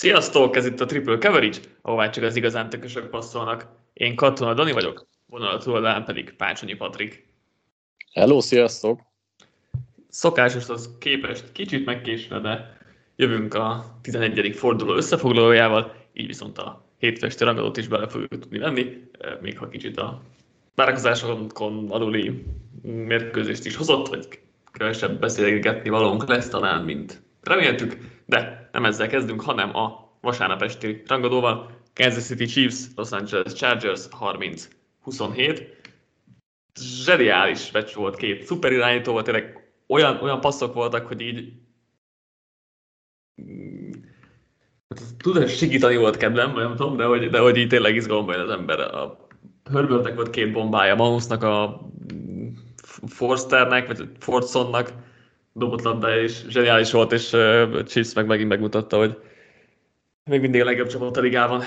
Sziasztok, ez itt a Triple Coverage, ahová csak az igazán tökösök passzolnak. Én Katona Dani vagyok, vonalatúlán pedig Pácsonyi Patrik. Hello, sziasztok! Szokásoshoz képest kicsit megkésve, de jövünk a 11. forduló összefoglalójával, így viszont a hétfesti rangadót is bele fogjuk tudni venni, még ha kicsit a várakozásokon aluli mérkőzést is hozott, vagy kevesebb beszélgetni valónk lesz talán, mint reméltük, de nem ezzel kezdünk, hanem a vasárnap esti rangadóval. Kansas City Chiefs, Los Angeles Chargers 30-27. Zseniális meccs volt, két szuper irányítóval, tényleg olyan passzok voltak, hogy így tudod, segíteni volt kedvem, nem tudom, de hogy így tényleg izgalomban jön az ember. A Herbertnek volt két bombája, Mahomesnak, a Forsternek, vagy Fordsonnak dobott labdája is zseniális volt, és Chiefs meg megint megmutatta, hogy még mindig a legjobb csapat a ligában.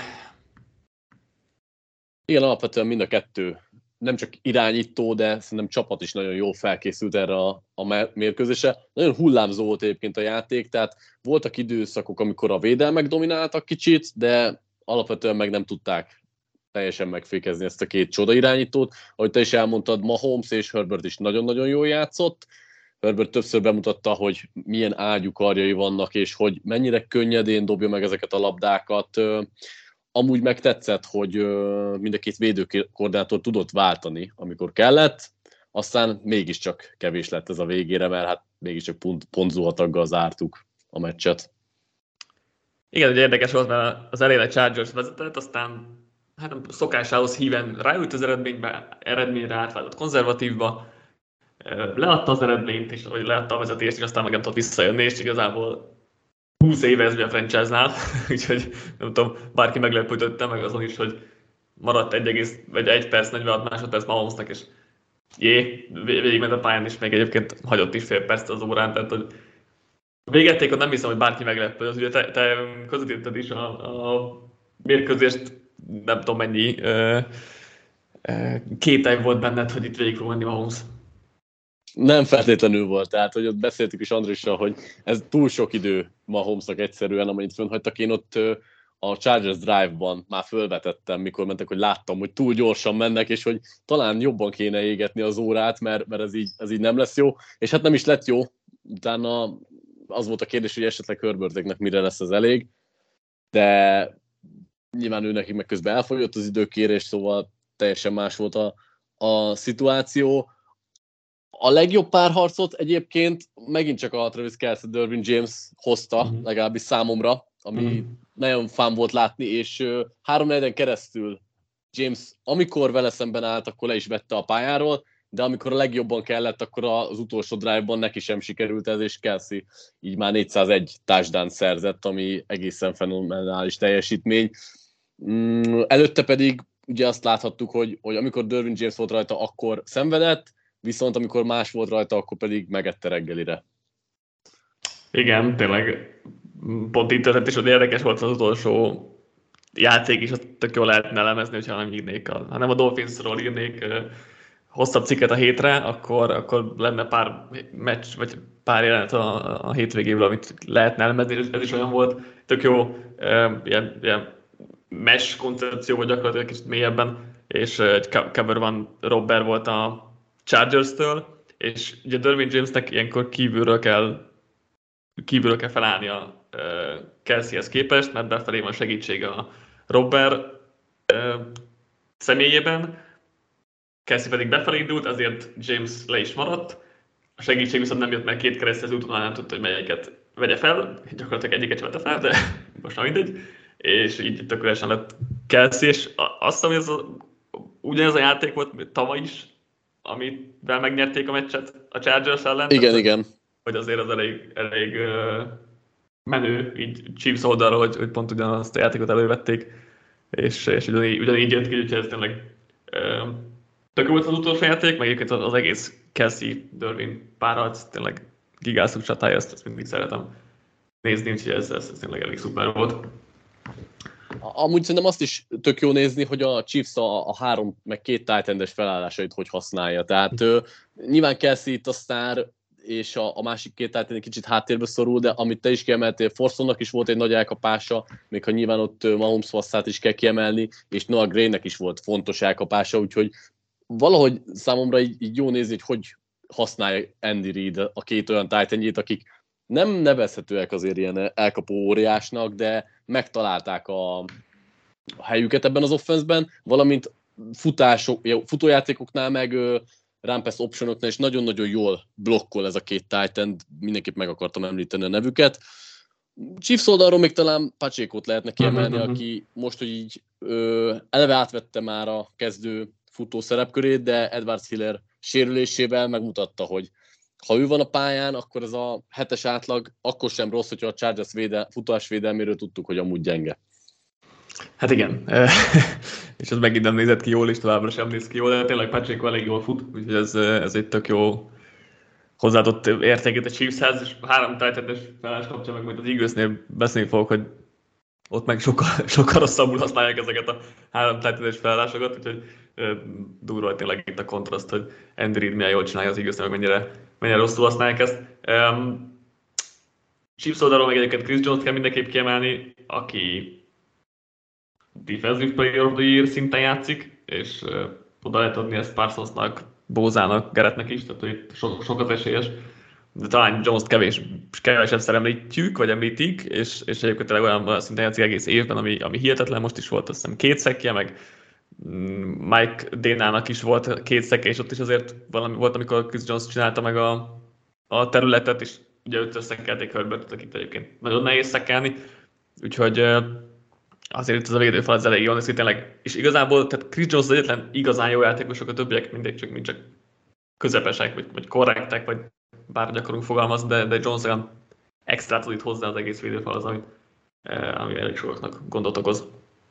Igen, alapvetően mind a kettő nem csak irányító, de szerintem csapat is nagyon jól felkészült erre a mérkőzésre. Nagyon hullámzó volt egyébként a játék, tehát voltak időszakok, amikor a védelmek domináltak kicsit, de alapvetően meg nem tudták teljesen megfékezni ezt a két csoda irányítót. Ahogy te is elmondtad, Mahomes és Herbert is nagyon-nagyon jól játszott. Herbert többször bemutatta, hogy milyen ágyú karjai vannak, és hogy mennyire könnyedén dobja meg ezeket a labdákat. Amúgy meg tetszett, hogy mind a két védőkoordinátor tudott váltani, amikor kellett, aztán mégiscsak kevés lett ez a végére, mert hát mégiscsak pontzuhataggal zártuk a meccset. Igen, ugye érdekes volt, mert az elején a Chargers vezetett, aztán hát szokásához híven ráült az eredményre átváltott konzervatívba, leadta az eredményt, és vagy leadta a vezetést, és aztán meg nem tudott visszajönni, és igazából 20 éve ez a franchise-nál, úgyhogy nem tudom, bárki meglepődötte meg azon is, hogy maradt 1 perc, 46 másodperc Mahomesnak, és végigment a pályán, és még egyébként hagyott is fél percet az órán, tehát hogy végették, nem hiszem, hogy bárki meglepődött, ugye te közvetítetted is a mérkőzést, nem tudom mennyi kételj volt benned, hogy itt végig fog menni Mahomes. Nem feltétlenül volt, tehát hogy ott beszéltük is Andrissal, hogy ez túl sok idő Mahomesnak egyszerűen, amennyit fönnhagytak. Én ott a Chargers Drive-ban már fölvetettem, mikor mentek, hogy láttam, hogy túl gyorsan mennek, és hogy talán jobban kéne égetni az órát, mert ez így nem lesz jó. És hát nem is lett jó. Utána az volt a kérdés, hogy esetleg Herberteknek mire lesz az elég, de nyilván ő nekik meg közben elfogyott az időkérés, szóval teljesen más volt a szituáció. A legjobb párharcot egyébként megint csak a Travis Kelce, Derwin James hozta, legalábbis számomra, ami nagyon fán volt látni, és 3-4-en keresztül James, amikor vele szemben állt, akkor le is vette a pályáról, de amikor a legjobban kellett, akkor az utolsó drive-ban neki sem sikerült ez, és Kelce így már 401 touchdown szerzett, ami egészen fenomenális teljesítmény. Előtte pedig ugye azt láthattuk, hogy amikor Derwin James volt rajta, akkor szenvedett, viszont amikor más volt rajta, akkor pedig megette reggelire. Igen, tényleg pont így történt, és érdekes volt az utolsó játék is, azt tök jól lehetne elemezni, hogyha nem írnék, ha nem a Dolphinsról írnék hosszabb cikket a hétre, akkor lenne pár meccs, vagy pár jelenet a hétvégéből, amit lehetne elemezni, és ez is olyan volt, tök jó ilyen mesh koncepció, vagy gyakorlatilag kicsit mélyebben, és egy cover van Robber volt a Chargers-től, és ugye Derwin Jamesnek ilyenkor kívülről kell felállni a Kelcehez képest, mert befelé van segítsége a Robber személyében, Kelce pedig befelé indult, azért James le is maradt, a segítség viszont nem jött meg két keresztező úton, nem tudta, hogy melyiket vegye fel, gyakorlatilag egyiket sem vette fel, de most már mindegy, és így tökéletesen lett Kelce, és azt hiszem, hogy ugyanez a játék volt tavaly is, amivel megnyerték a meccset a Chargers ellen. Igen. Hogy azért az elég menő, így Chiefs oldalra, hogy pont ugyanazt a játékot elővették, és ugyanígy jött ki, úgyhogy ez tényleg tök volt az utolsó játék, meg egyébként az egész Kelce-Derwin párharc tényleg gigászú csatája, ezt mindig szeretem nézni, úgyhogy ez tényleg elég szuper volt. Amúgy szerintem azt is tök jó nézni, hogy a Chiefs a 3 meg 2 tight endes felállásait hogy használja. Tehát nyilván Kelce itt a sztár, és a másik két Titan egy kicsit háttérbe szorul, de amit te is kiemeltél, Forsonnak is volt egy nagy elkapása, még ha nyilván ott Mahomes passzát is kell kiemelni, és Noah Gray-nek is volt fontos elkapása, úgyhogy valahogy számomra így jó nézni, hogy használja Andy Reid a két olyan Titanjét, akik nem nevezhetőek azért ilyen elkapó óriásnak, de megtalálták a helyüket ebben az offenszben, valamint futójátékoknál meg run-pass optionoknál is nagyon-nagyon jól blokkol ez a két Titan, mindenképp meg akartam említeni a nevüket. Chiefs oldalról még talán Pacheco-t lehetne kiemelni, aki most, hogy így eleve átvette már a kezdő futó szerepkörét, de Edwards Hiller sérülésével megmutatta, hogy ha ő van a pályán, akkor ez a 7-es átlag akkor sem rossz, hogyha a Chargers futás védelméről tudtuk, hogy amúgy gyenge. Hát igen, és ez megint nem nézett ki jól, és továbbra sem néz ki jól, de tényleg Pacheco elég jól fut, úgyhogy ez egy tök jó hozzáadott értéket a Chiefshez, és 3 Titan-es felállás kapcsán meg majd az Eaglesnél beszélni fogok, hogy ott meg sokkal rosszabbul használják ezeket a 3 Titan-es felállásokat, úgyhogy durva tényleg itt a kontraszt, hogy Andy Reid milyen jól csinálja az Eaglesnél, meg mennyire rosszul használják ezt. Chiefs oldalról meg egyébként Chris Jones kell mindenképp kiemelni, aki Defensive Player of the Year szinten játszik, és oda lehet adni ezt Parsonsnak, Bózának, Garrettnek is, tehát hogy sok az esélyes. De talán Jones-t kevesebb említjük, vagy említik, és egyébként tényleg olyan szinten játszik egész évben, ami hihetetlen, most is volt azt hiszem 2 szekje, meg Mike Dénának is volt 2 szekje, és ott is azért valami volt, amikor Chris Jones csinálta meg a területet, és ugye 5 szekkelték Herbertet, akit egyébként nagyon nehéz szekkelni, úgyhogy azért itt ez a védőfal az elég jól néz ki tényleg, és igazából, tehát Chris Jones az egyetlen igazán jó játékosok, a többiek mindig csak közepesek, vagy korrektek, vagy bárhogy akarunk fogalmazni, de Jones olyan extrát ad itt hozzá az egész védőfal az, ami elég sokaknak gondot okoz.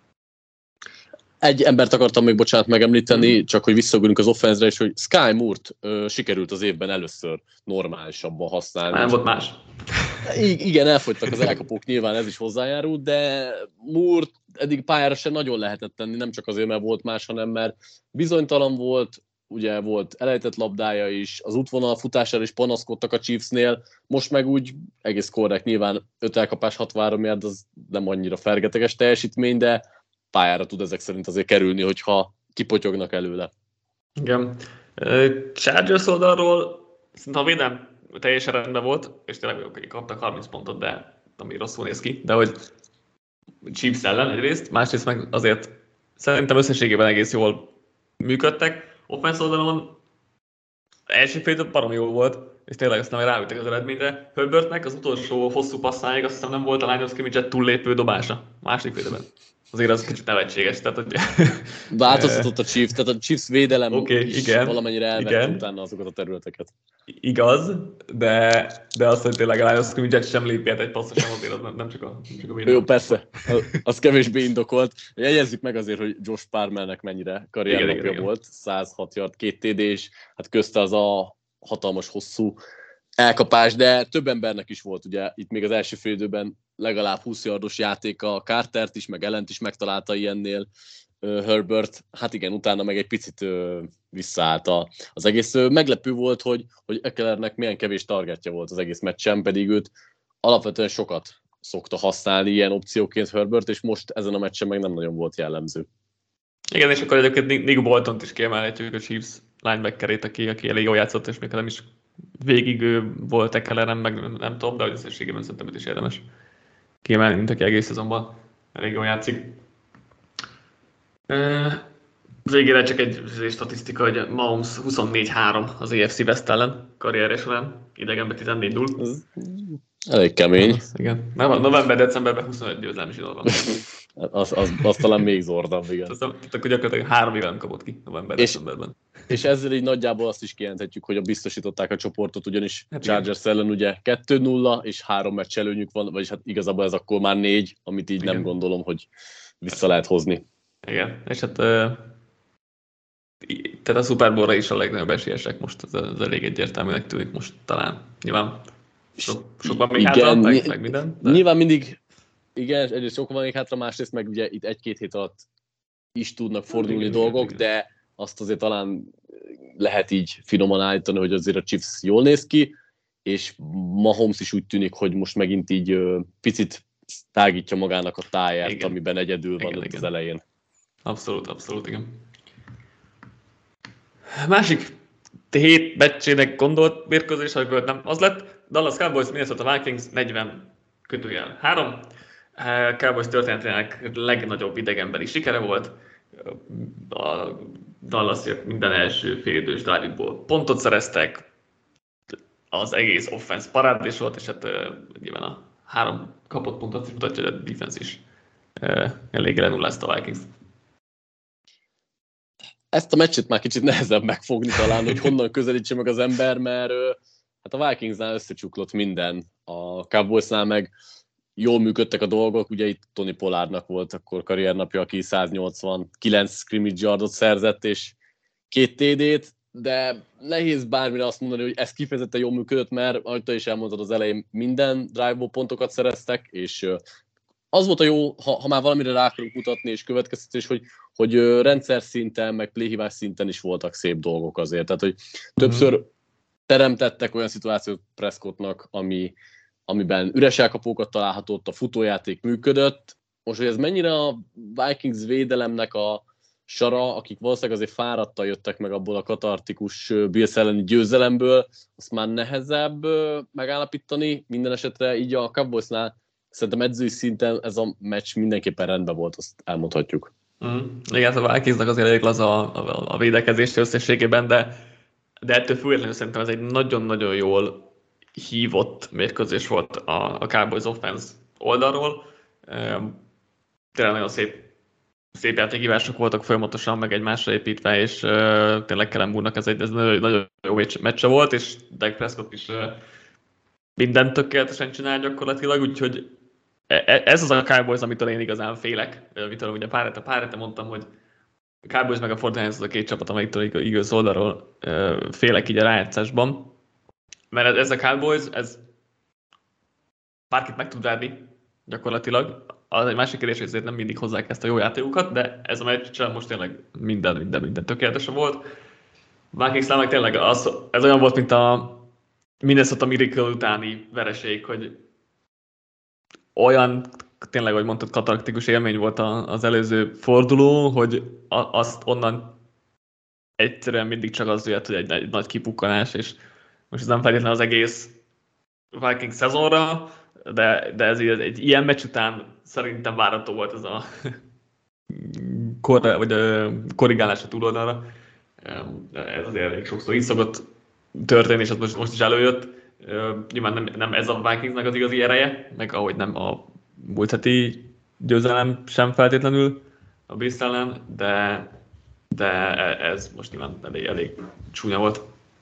Egy embert akartam még, bocsánat, megemlíteni, csak hogy visszagondolunk az offenszre, és hogy Sky Moore-t sikerült az évben először normálisabban használni. Nem volt más. Igen, elfogytak az elkapók, nyilván ez is hozzájárult, de Moore eddig pályára sem nagyon lehetett tenni, nem csak azért, mert volt más, hanem mert bizonytalan volt, ugye volt elejtett labdája is, az útvonal futására is panaszkodtak a Chiefsnél, most meg úgy egész korrekt, nyilván 5 elkapás 63 yard, az nem annyira fergeteges teljesítmény, de pályára tud ezek szerint azért kerülni, hogyha kipotyognak előle. Igen. Chargers oldalról szerintem a védelem teljesen rendben volt, és tényleg kaptak 30 pontot, de ami rosszul néz ki, de hogy Chiefs ellen egyrészt, másrészt meg azért szerintem összességében egész jól működtek. Offense oldalon első fél baromi jó volt, és tényleg aztán ráültek az eredményre. Herbertnek az utolsó hosszú passzáig azt hiszem nem volt a line of scrimmage túllépő dobása második félben. Azért az kicsit nevetséges. Tehát, hogy... Változtatott a Chiefs, tehát a Chiefs védelem igen, valamennyire elvette utána azokat a területeket. Igaz, de azt, hogy tényleg a line of scrimmage sem lépett egy passzra sem, azért az nem csak a védelem. Jó, persze, az kevésbé indokolt. Jegyezzük meg azért, hogy Josh Palmernek mennyire karriernapja volt, 106 yard, 2 TD, és hát közte az a hatalmas hosszú elkapás, de több embernek is volt, ugye itt még az első fél időben legalább 20 yardos játéka, Cartert is, meg Ellent is megtalálta ilyennél, Herbert, hát igen, utána meg egy picit visszaállt az egész. Meglepő volt, hogy Ekelernek milyen kevés targetja volt az egész meccsen, pedig őt alapvetően sokat szokta használni ilyen opcióként Herbert, és most ezen a meccsen meg nem nagyon volt jellemző. Igen, és akkor egyébként Nick Boltont is kiemelhetjük, a Chiefs linebackerét, aki elég jól játszott, és még nem is végig volt Ekeleren, meg nem tudom, de összességében szerintem is érdemes kiemelni, mint aki egész szezonban elég jól játszik. Végére csak egy statisztika, hogy Mahomes 24-3 az AFC West ellen karrierje során, idegenben 14-0. Elég kemény. Igen. November-decemberben 25 győzelmi zsinór van. Az talán még zordabb, igen. Tehát akkor gyakorlatilag 3 éve nem kapott ki november-decemberben. És ezzel így nagyjából azt is kijelenthetjük, hogy biztosították a csoportot, ugyanis Chargers ellen ugye 2-0, és 3 meccs előnyük van, vagyis hát igazából ez akkor már 4, amit így igen. Nem gondolom, hogy vissza lehet hozni. Igen, és hát tehát a Super Bowl-ra is a legnagyobb esélyesek most, ez elég egyértelműnek tűnik most talán. Nyilván sokban még hátra, meg minden. De... Nyilván mindig, igen, egyrészt sokan van még hátra, másrészt meg ugye itt 1-2 hét alatt is tudnak fordulni dolgok, de azt azért talán lehet így finoman állítani, hogy azért a Chiefs jól néz ki. és Mahomes is úgy tűnik, hogy most megint így picit tágítja magának a táját, igen, amiben egyedül van ott az elején. Abszolút, igen. Másik 7 meccsének gondolt mérkőzés, amiből nem az lett. Dallas Cowboys, Minnesota Vikings 40-3. Cowboys történetének legnagyobb idegenbeli sikere volt. A Dallasért minden első félidős drive-ból pontot szereztek. Az egész offense parádés volt, és hát nyilván a 3 kapott pontot is mutatja, hogy a defense is elég lenullázta a Vikings. Ezt a meccset már kicsit nehezebb megfogni talán, hogy honnan közelítse meg az ember, mert hát a Vikingsnál összecsuklott minden, a Cowboysnál meg jól működtek a dolgok, ugye itt Tony Pollardnak volt akkor karriernapja, aki 189 scrimmage yardot szerzett, és 2 TD-t, de nehéz bármire azt mondani, hogy ez kifejezetten jól működött, mert ahogy te is elmondtad az elején, minden drive-ból pontokat szereztek, és az volt a jó, ha már valamire rá akarunk mutatni, és következtetés, hogy rendszer szinten, meg playhívás szinten is voltak szép dolgok azért. Tehát, hogy többször teremtettek olyan szituációt Prescottnak, amiben üres elkapókat található, ott a futójáték működött. Most, hogy ez mennyire a Vikings védelemnek a sara, akik valószínűleg azért fáradtan jöttek meg abból a katartikus Bills elleni győzelemből, azt már nehezebb megállapítani. Minden esetre így a Cowboysnál szerintem edzői szinten ez a meccs mindenképpen rendben volt, azt elmondhatjuk. Igen, a Vikingsnak azért elég laza a védekezés összességében, de ettől függetlenül szerintem ez egy nagyon-nagyon jól hívott mérkőzés volt a Cowboys offense oldalról. Tényleg nagyon szép játékhívások voltak folyamatosan, meg egymásra építve, és tényleg Kellen Moore-nak ez nagyon jó meccse volt, és Dak Prescott is mindent tökéletesen csinál gyakorlatilag, úgyhogy ez az a Cowboys, amitől én igazán félek. Amitől ugye pár hete mondtam, hogy a Cowboys meg a 49ers az a 2 csapat, amelyiktől Eagles oldalról félek így a rájátszásban. Mert ez a Cowboys, ez bárkit meg tud verni gyakorlatilag. Az egy másik kérdés, hogy ezért nem mindig hozzák ezt a jó játékokat, de ez a meccs most tényleg minden tökéletesen volt. Vikingsnál meg tényleg ez olyan volt, mint a Minnesota Miracle utáni vereség, hogy olyan tényleg, ahogy mondtad, katarktikus élmény volt az előző forduló, hogy azt onnan egyszerűen mindig csak az jött, hogy egy nagy kipukkanás, és most ez nem feltétlenül az egész Viking szezonra, de ez egy ilyen meccs után szerintem várható volt ez a korrigálás a túloldalra. Ez azért elég sokszor így szokott történni, és az most is előjött. Nyilván nem ez a Vikingsnak az igazi ereje, meg ahogy nem a múlt heti győzelem sem feltétlenül a Bills ellen, de ez most nyilván elég csúnya volt.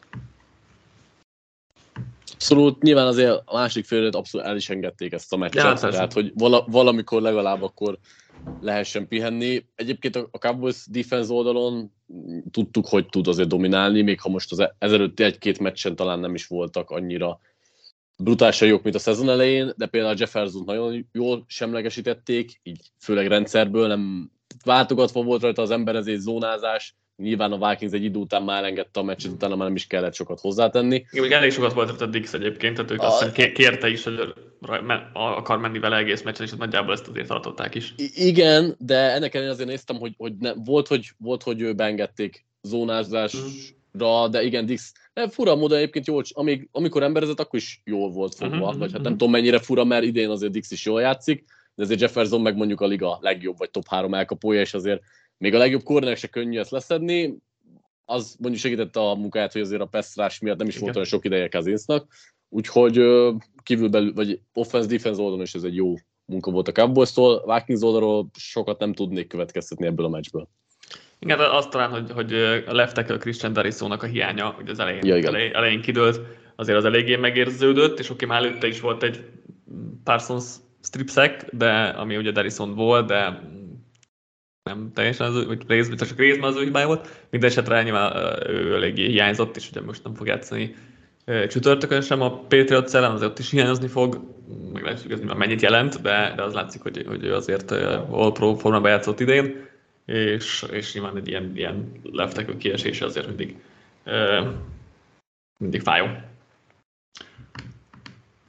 Abszolút, nyilván azért a másik félret abszolút el is engedték ezt a meccset, ja, tehát hogy valamikor legalább akkor lehessen pihenni. Egyébként a Cowboys defense oldalon tudtuk, hogy tud azért dominálni, még ha most az ezelőtti 1-2 meccsen talán nem is voltak annyira brutálisan jók, mint a szezon elején, de például a Jeffersont nagyon jól semlegesítették, így főleg rendszerből, nem váltogatva volt rajta az ember, ezért zónázás. Nyilván a Vikings egy idő után már elengedte a meccset, utána már nem is kellett sokat hozzátenni. Igen, elég sokat volt a Dix egyébként, tehát ők azt kérte is, hogy akar menni vele egész meccsen, és nagyjából ezt azért tartották is. Igen, de ennek ellenére azért néztem, hogy volt, hogy ő beengedték zónázásra, de igen, Dix fura módon egyébként jól, amikor emberezett, akkor is jól volt fogva, vagy hát nem tudom mennyire fura, mert idén azért Dix is jól játszik, de azért Jefferson meg mondjuk a liga legjobb, vagy top 3 elkapója, és azért még a legjobb cornernek se könnyű ezt leszedni, az mondjuk segítette a munkáját, hogy azért a pass rush miatt nem is volt olyan sok ideje Cousinsnak, úgyhogy kívülbelül, vagy offense-defense oldalon is ez egy jó munka volt a Cowboys-tól, Vikings oldalról sokat nem tudnék következtetni ebből a meccsből. Igen, az talán, hogy a left tackle Christian Darrisonnak a hiánya, hogy az elején kidőlt, azért az eléggé megérződött, és oké, már előtte is volt egy Parsons strip sack, de ami ugye Darrison volt, de nem teljesen az ő, vagy csak részben az ő hibája volt. Mindenesetre nyilván ő eléggé hiányzott, és ugye most nem fog játszani csütörtökön sem a Patriots ellen, azért ott is hiányozni fog, meg lehet, hogy ez mennyit jelent, de az látszik, hogy ő azért All-Pro formában játszott idén, és nyilván egy ilyen left tackle kiesése azért mindig fájó.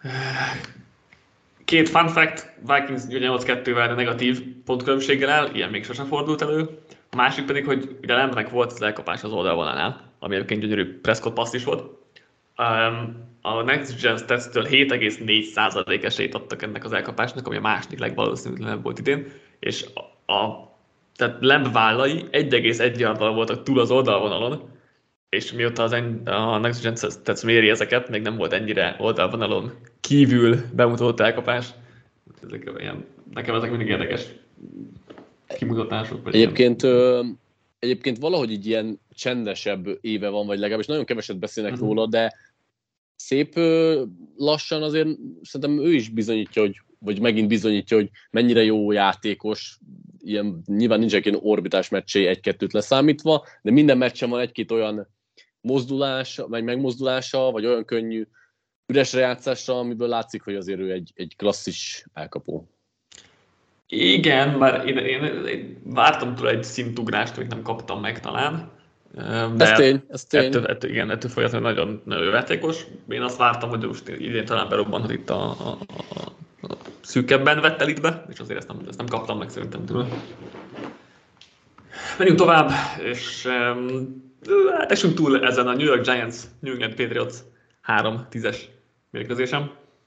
Két fun fact, Vikings 8-2-vel negatív pontkülönbséggel áll, ilyen még sosem fordult elő. A másik pedig, hogy ugye Lambnek volt az elkapás az oldalvonalánál, ami egyébként gyönyörű Prescott passz is volt. A Next Gen Stats-től 7,4% esélyt adtak ennek az elkapásnak, ami a második legvalószínűtlenebb volt idén, és tehát Lamb vállai 1,1 yardal voltak túl az oldalvonalon, és mióta a Next Gen Stats méri ezeket, még nem volt ennyire oldalvonalon kívül bemutatott elkapás. Nekem ezek mindig érdekes kimutatások. Egyébként valahogy így ilyen csendesebb éve van, vagy legalábbis nagyon keveset beszélnek róla, de szép lassan azért szerintem ő is bizonyítja, vagy megint bizonyítja, hogy mennyire jó játékos. Nyilván nincsenek ilyen orbitás meccsei 1-2-t leszámítva, de minden meccsen van egy-két olyan mozdulás, meg megmozdulása, vagy olyan könnyű üresre játszásra, amiből látszik, hogy azért ő egy klasszis elkapó. Igen, bár én vártam tőle egy szintugrást, amit nem kaptam meg talán. De ez tény. Ettől folyamatosan nagyon játékos. Én azt vártam, hogy most idén talán berobbanhat itt a szűkebben vett elitbe, és azért ezt nem kaptam meg szerintem tőle. Menjünk tovább, és esünk túl ezen a New York Giants, New England Patriots 3-10-es mérkőzésem.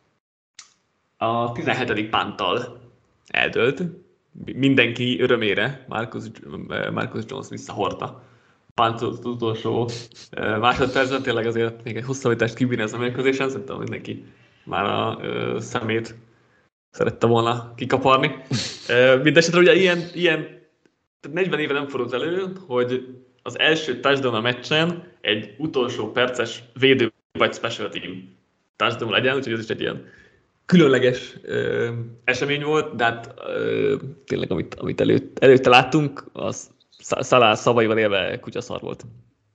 A 17. pánttal eldőlt. Mindenki örömére Marcus Jones visszahordta. Pánt az utolsó másodpercben, tényleg azért még egy hosszabbítást kibírni ez a mérkőzésen, szerintem mindenki már a szemét szerette volna kikaparni. Mindenesetre ugye ilyen 40 éve nem fordult elő, hogy az első touchdown a meccsen egy utolsó perces védő vagy special team touchdown legyen, úgyhogy ez is egy ilyen különleges esemény volt, de hát tényleg amit előtte láttunk, az Salah szavaival élve kutyaszar volt.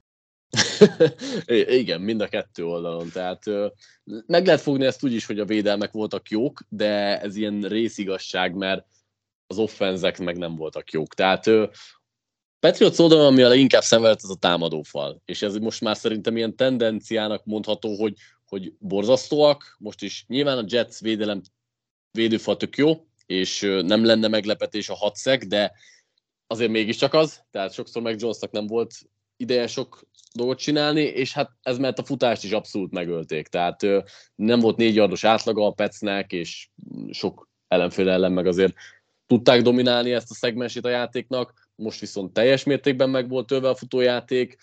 Igen, mind a kettő oldalon. Tehát meg lehet fogni ezt úgy is, hogy a védelmek voltak jók, de ez ilyen részigazság, mert az offenzek meg nem voltak jók. Tehát Patriots oldalon, ami a leginkább szenvedett, az a támadófal. És ez most már szerintem ilyen tendenciának mondható, hogy borzasztóak. Most is nyilván a Jets védőfal tök jó, és nem lenne meglepetés a 6 sack, de azért mégiscsak az. Tehát sokszor meg Jonesnak nem volt ideje sok dolgot csinálni, és hát ez mert a futást is abszolút megölték. Tehát nem volt 4 yardos átlaga a Petsnek, és sok ellenfél ellen meg azért tudták dominálni ezt a szegmensét a játéknak. Most viszont teljes mértékben meg volt tőle a futójáték,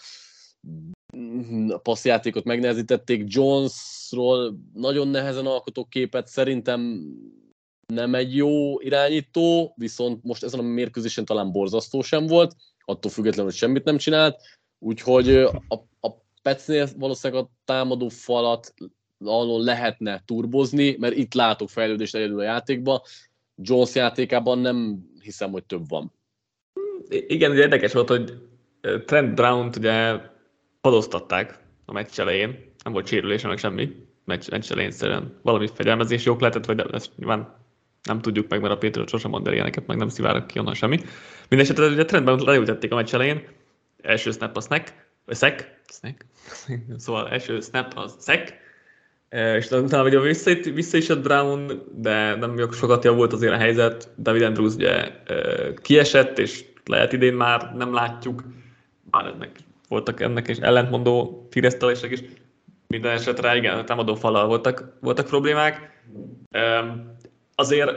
a passzjátékot megnehezítették. Jonesról nagyon nehezen alkotok képet, szerintem nem egy jó irányító, viszont most ezen a mérkőzésen talán borzasztó sem volt, attól függetlenül, hogy semmit nem csinált, úgyhogy a Petsnél valószínűleg a támadó falat alól lehetne turbozni, mert itt látok fejlődést egyedül a játékban. Jones játékában nem hiszem, hogy több van. Igen, ugye érdekes volt, hogy Trent Brown-t ugye padoztatták a meccs elején, nem volt sérülés, meg semmi, meccs elején szerint valami fegyelmezés jók lehetett, vagy ezt nyilván nem tudjuk meg, mert a Patriots sosem mond el ilyeneket, meg nem szivárok ki onnan semmi. Mindenesetre ugye Trent Brown-t leültették a meccs elején, első snap a sack, szóval első snap a sack, és utána ugye vissza is jött Brown, de nem sokat javult azért a helyzet. David Andrews ugye kiesett, és lehet idén már nem látjuk, bár voltak ennek is ellentmondó híresztelések is. Minden esetre igen, a támadó fallal voltak problémák. Azért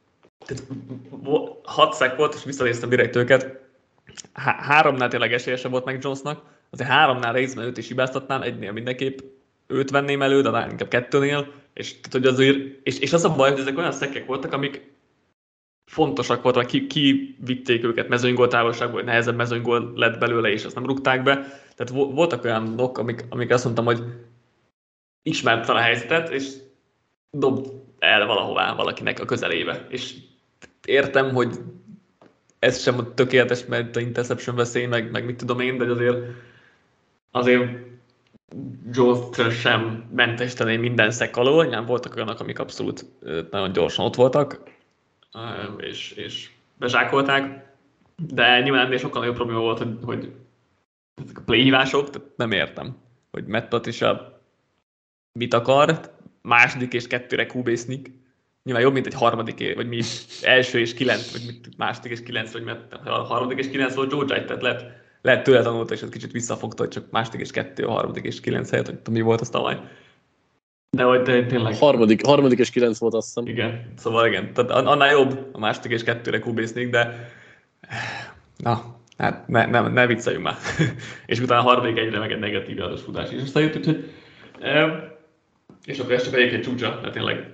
6 sack volt, és visszanéztem direkt őket. 3-nál tényleg esélyese volt meg Jonesnak, azért 3-nál részben őt is hibáztatnám, 1-nél mindenképp őt venném elő, de inkább 2-nél, és az a baj, hogy ezek olyan szekkek voltak, amik fontosak voltak, kivitték őket mezőnygól távolságból, hogy nehezebb mezőnygól lett belőle, és azt nem rúgták be. Tehát voltak olyanok, amik azt mondtam, hogy ismert fel a helyzetet, és dob el valahová valakinek a közelébe. És értem, hogy ez sem tökéletes, mert a interception veszély, meg mit tudom én, de azért Jones sem mentesíteném minden szek alól, nyilván voltak olyanok, amik abszolút nagyon gyorsan ott voltak, és bezsákolták, de nyilván ennél sokkal nagyobb probléma volt, hogy ezek a play hívások, tehát nem értem, hogy Matt Patricia mit akar, második és 2-re QB-szik. Nyilván jobb, mint egy harmadik, vagy mi első és 9, vagy második és 9, vagy mert a harmadik és 9 volt Georgia, tehát lehet tőle tanulta, és ez kicsit visszafogta, hogy csak második és 2, a harmadik és 9 helyett, hogy mi volt az tavaly. De hogy tényleg... Harmadik és 9 volt, azt hiszem. Igen, szóval igen. Tehát annál jobb a második és 2-re QB-szik, de na, hát ne vicceljünk már. És utána a harmadik egyre meg egy negatív yardos futás is összejött, úgyhogy és akkor ez csak egyébként csúcsa, de tényleg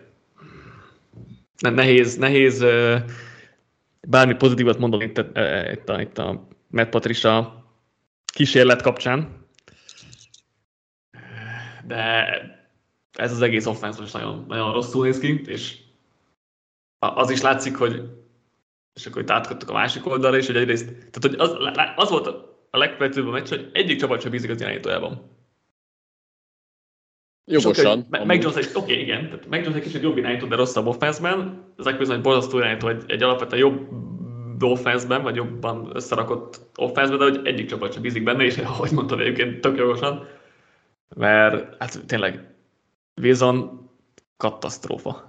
nehéz bármi pozitívat mondani itt a Matt Patricia kísérlet kapcsán, de ez az egész offense most nagyon, nagyon rosszul néz ki, és az is látszik, hogy és akkor itt átköttük a másik oldalra is, hogy egyrészt, tehát hogy az volt a legvetőbb a meccs, hogy egyik csapat sem bízik az irányítójában. Jogosan. Meg Jones oké, igen, tehát Meg Jones egy kicsit jobb irányító, de rosszabb offense-ben, ezek bizony egy borzasztó irányító, egy alapvetően jobb offense-ben, vagy jobban összerakott offense-ben, de hogy egyik csapat sem bízik benne, és ahogy mondtad egyébként tök jogosan, mert hát tényleg Wilson katasztrófa.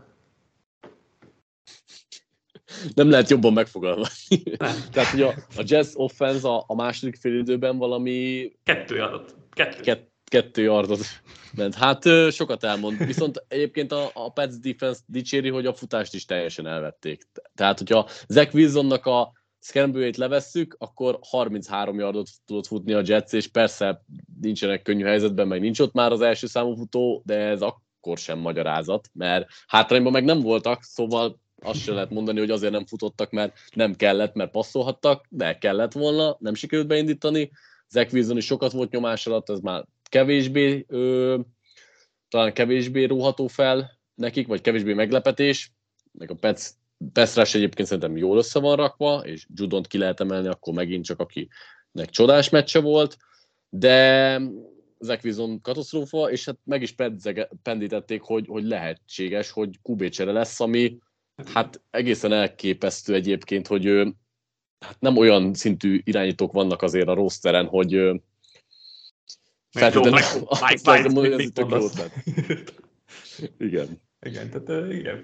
Nem lehet jobban megfogalmazni. Tehát, hogy a Jazz offense a második félidőben valami... 2 yardot. 2 yardot ment. Hát sokat elmond. Viszont egyébként a Pats defense dicséri, hogy a futást is teljesen elvették. Tehát, hogyha Zach Wilsonnak a scramble-ét levesszük, akkor 33 yardot tudott futni a Jets, és persze nincsenek könnyű helyzetben, meg nincs ott már az első számú futó, de ez akkor sem magyarázat, mert hátrányban meg nem voltak, szóval azt sem lehet mondani, hogy azért nem futottak, mert nem kellett, mert passzolhattak, de kellett volna, nem sikerült beindítani. Zach Wilson is sokat volt nyomás alatt, ez már kevésbé, talán kevésbé róható fel nekik, vagy kevésbé meglepetés. Meg a pass rush egyébként szerintem jól össze van rakva, és Judont ki lehet emelni, akkor megint csak akinek csodás meccse volt, de Zach Wilson katasztrófa, és hát meg is pendítették, hogy lehetséges, hogy QB csere lesz, ami hát egészen elképesztő egyébként, hogy hát nem olyan szintű irányítók vannak azért a rosteren, hogy feltétlenül igen. Igen, tehát igen.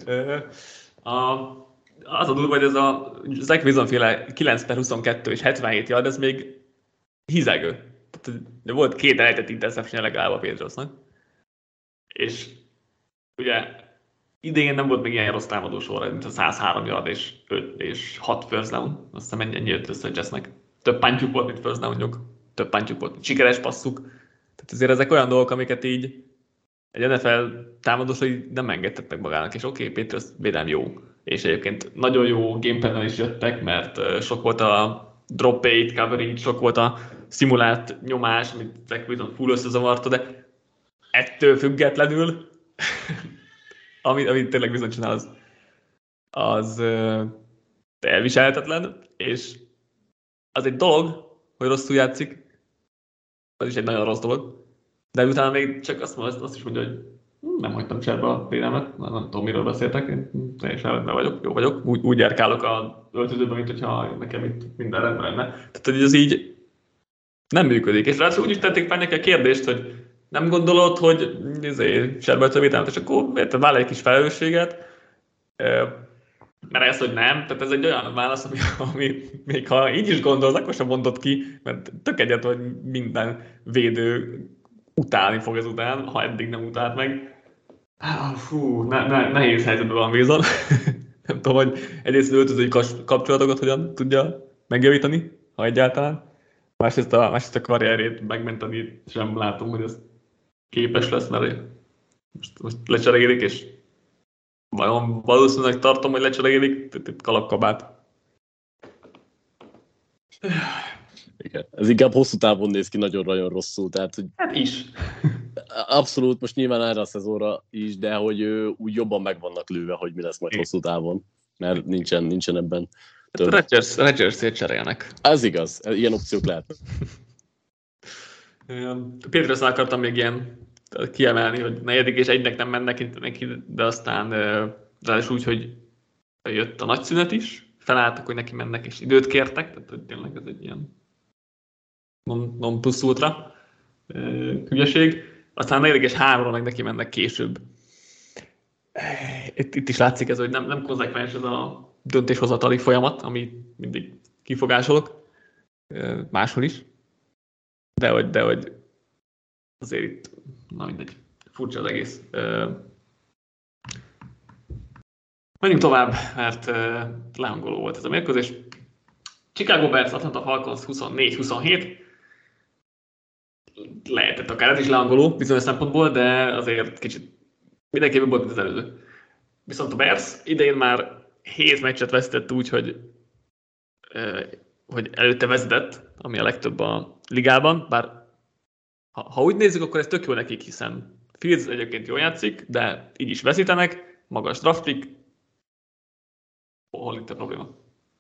Az a durva, hogy ez a Zach Wilson féle 9/22 és 77 yard, ez még hízelgő. Tehát, volt 2 elejtett interception legalább a Patriotsnak. És ugye idén nem volt még ilyen rossz támadó sorra, mint a 103 yard és 6 first down. Azt hiszem ennyi jött össze a Jetsnek. Több puntjuk volt, mint first downjuk. Több puntjuk volt, mint sikeres passzuk. Tehát azért ezek olyan dolgok, amiket így egy NFL támadósai nem engedtettek magának, és oké, Patriots védelem jó. És egyébként nagyon jó gameplannel is jöttek, mert sok volt a drop 8 coverage, sok volt a szimulált nyomás, amit Zach Wilson full összezavarta, de ettől függetlenül amit tényleg bizony csinál, az elviselhetetlen, és az egy dolog, hogy rosszul játszik, az is egy nagyon rossz dolog, de utána még csak azt is mondja, hogy nem hagytam cserbe a védelmet, nem tudom, miről beszéltek, én teljesen rendben vagyok, jó vagyok, úgy járkálok a öltözőben, mint hogyha nekem itt minden rendben lenne. Tehát, hogy ez így nem működik, és ráadásul úgy is tették fel neki a kérdést, hogy nem gondolod, hogy cserbe a védelmet, és akkor vállal egy kis felelősséget, mert ezt, hogy nem, tehát ez egy olyan válasz, ami még ha így is gondolsz, akkor sem mondod ki, mert tök egyet, hogy minden védő utálni fog ezután, ha eddig nem utált meg. Nehéz helyzetben van Wilson. Nem tudom, hogy egyrészt öltözői kapcsolatokat hogyan tudja megjavítani, ha egyáltalán. Másrészt a karrierét megmenteni sem látom, hogy ez képes lesz, mert most lecserélik, és valószínűleg tartom, hogy lecserélik, itt kalapkabát. Igen. Ez inkább hosszú távon néz ki nagyon-nagyon rosszul. Tehát, hogy hát is. Abszolút, most nyilván erre a szezonra is, de hogy úgy jobban meg vannak lőve, hogy mi lesz majd hosszú távon, mert nincsen ebben több. Rodgers-ét cserélnek. Ez igaz, ilyen opciók lehet. Patriotsnál akartam még ilyen kiemelni, hogy 4. és 1-nek nem mennek neki, de aztán ráadásul úgy, hogy jött a nagyszünet is, felálltak, hogy neki mennek, és időt kértek, tehát hogy tényleg ez egy ilyen non plus ultra hülyeség. Aztán 4. és 3-ra meg neki mennek később. Itt is látszik ez, hogy nem konzekvens ez a döntéshozatali folyamat, ami mindig kifogásolok, máshol is, de hogy azért itt, na mindegy, furcsa az egész. Menjünk tovább, mert lehangoló volt ez a mérkőzés. Chicago Bears, Atlanta Falcons 24-27. Lehetett akár ez is lehangoló bizonyos szempontból, de azért kicsit mindenképpen volt, mint az előző. Viszont a Bears idején már 7 meccset vesztett úgy, hogy előtte vezetett, ami a legtöbb a ligában, bár ha úgy nézzük, akkor ez tök jó nekik, hiszen Fields egyébként jól játszik, de így is veszítenek, magas draft pick. Hol itt a probléma?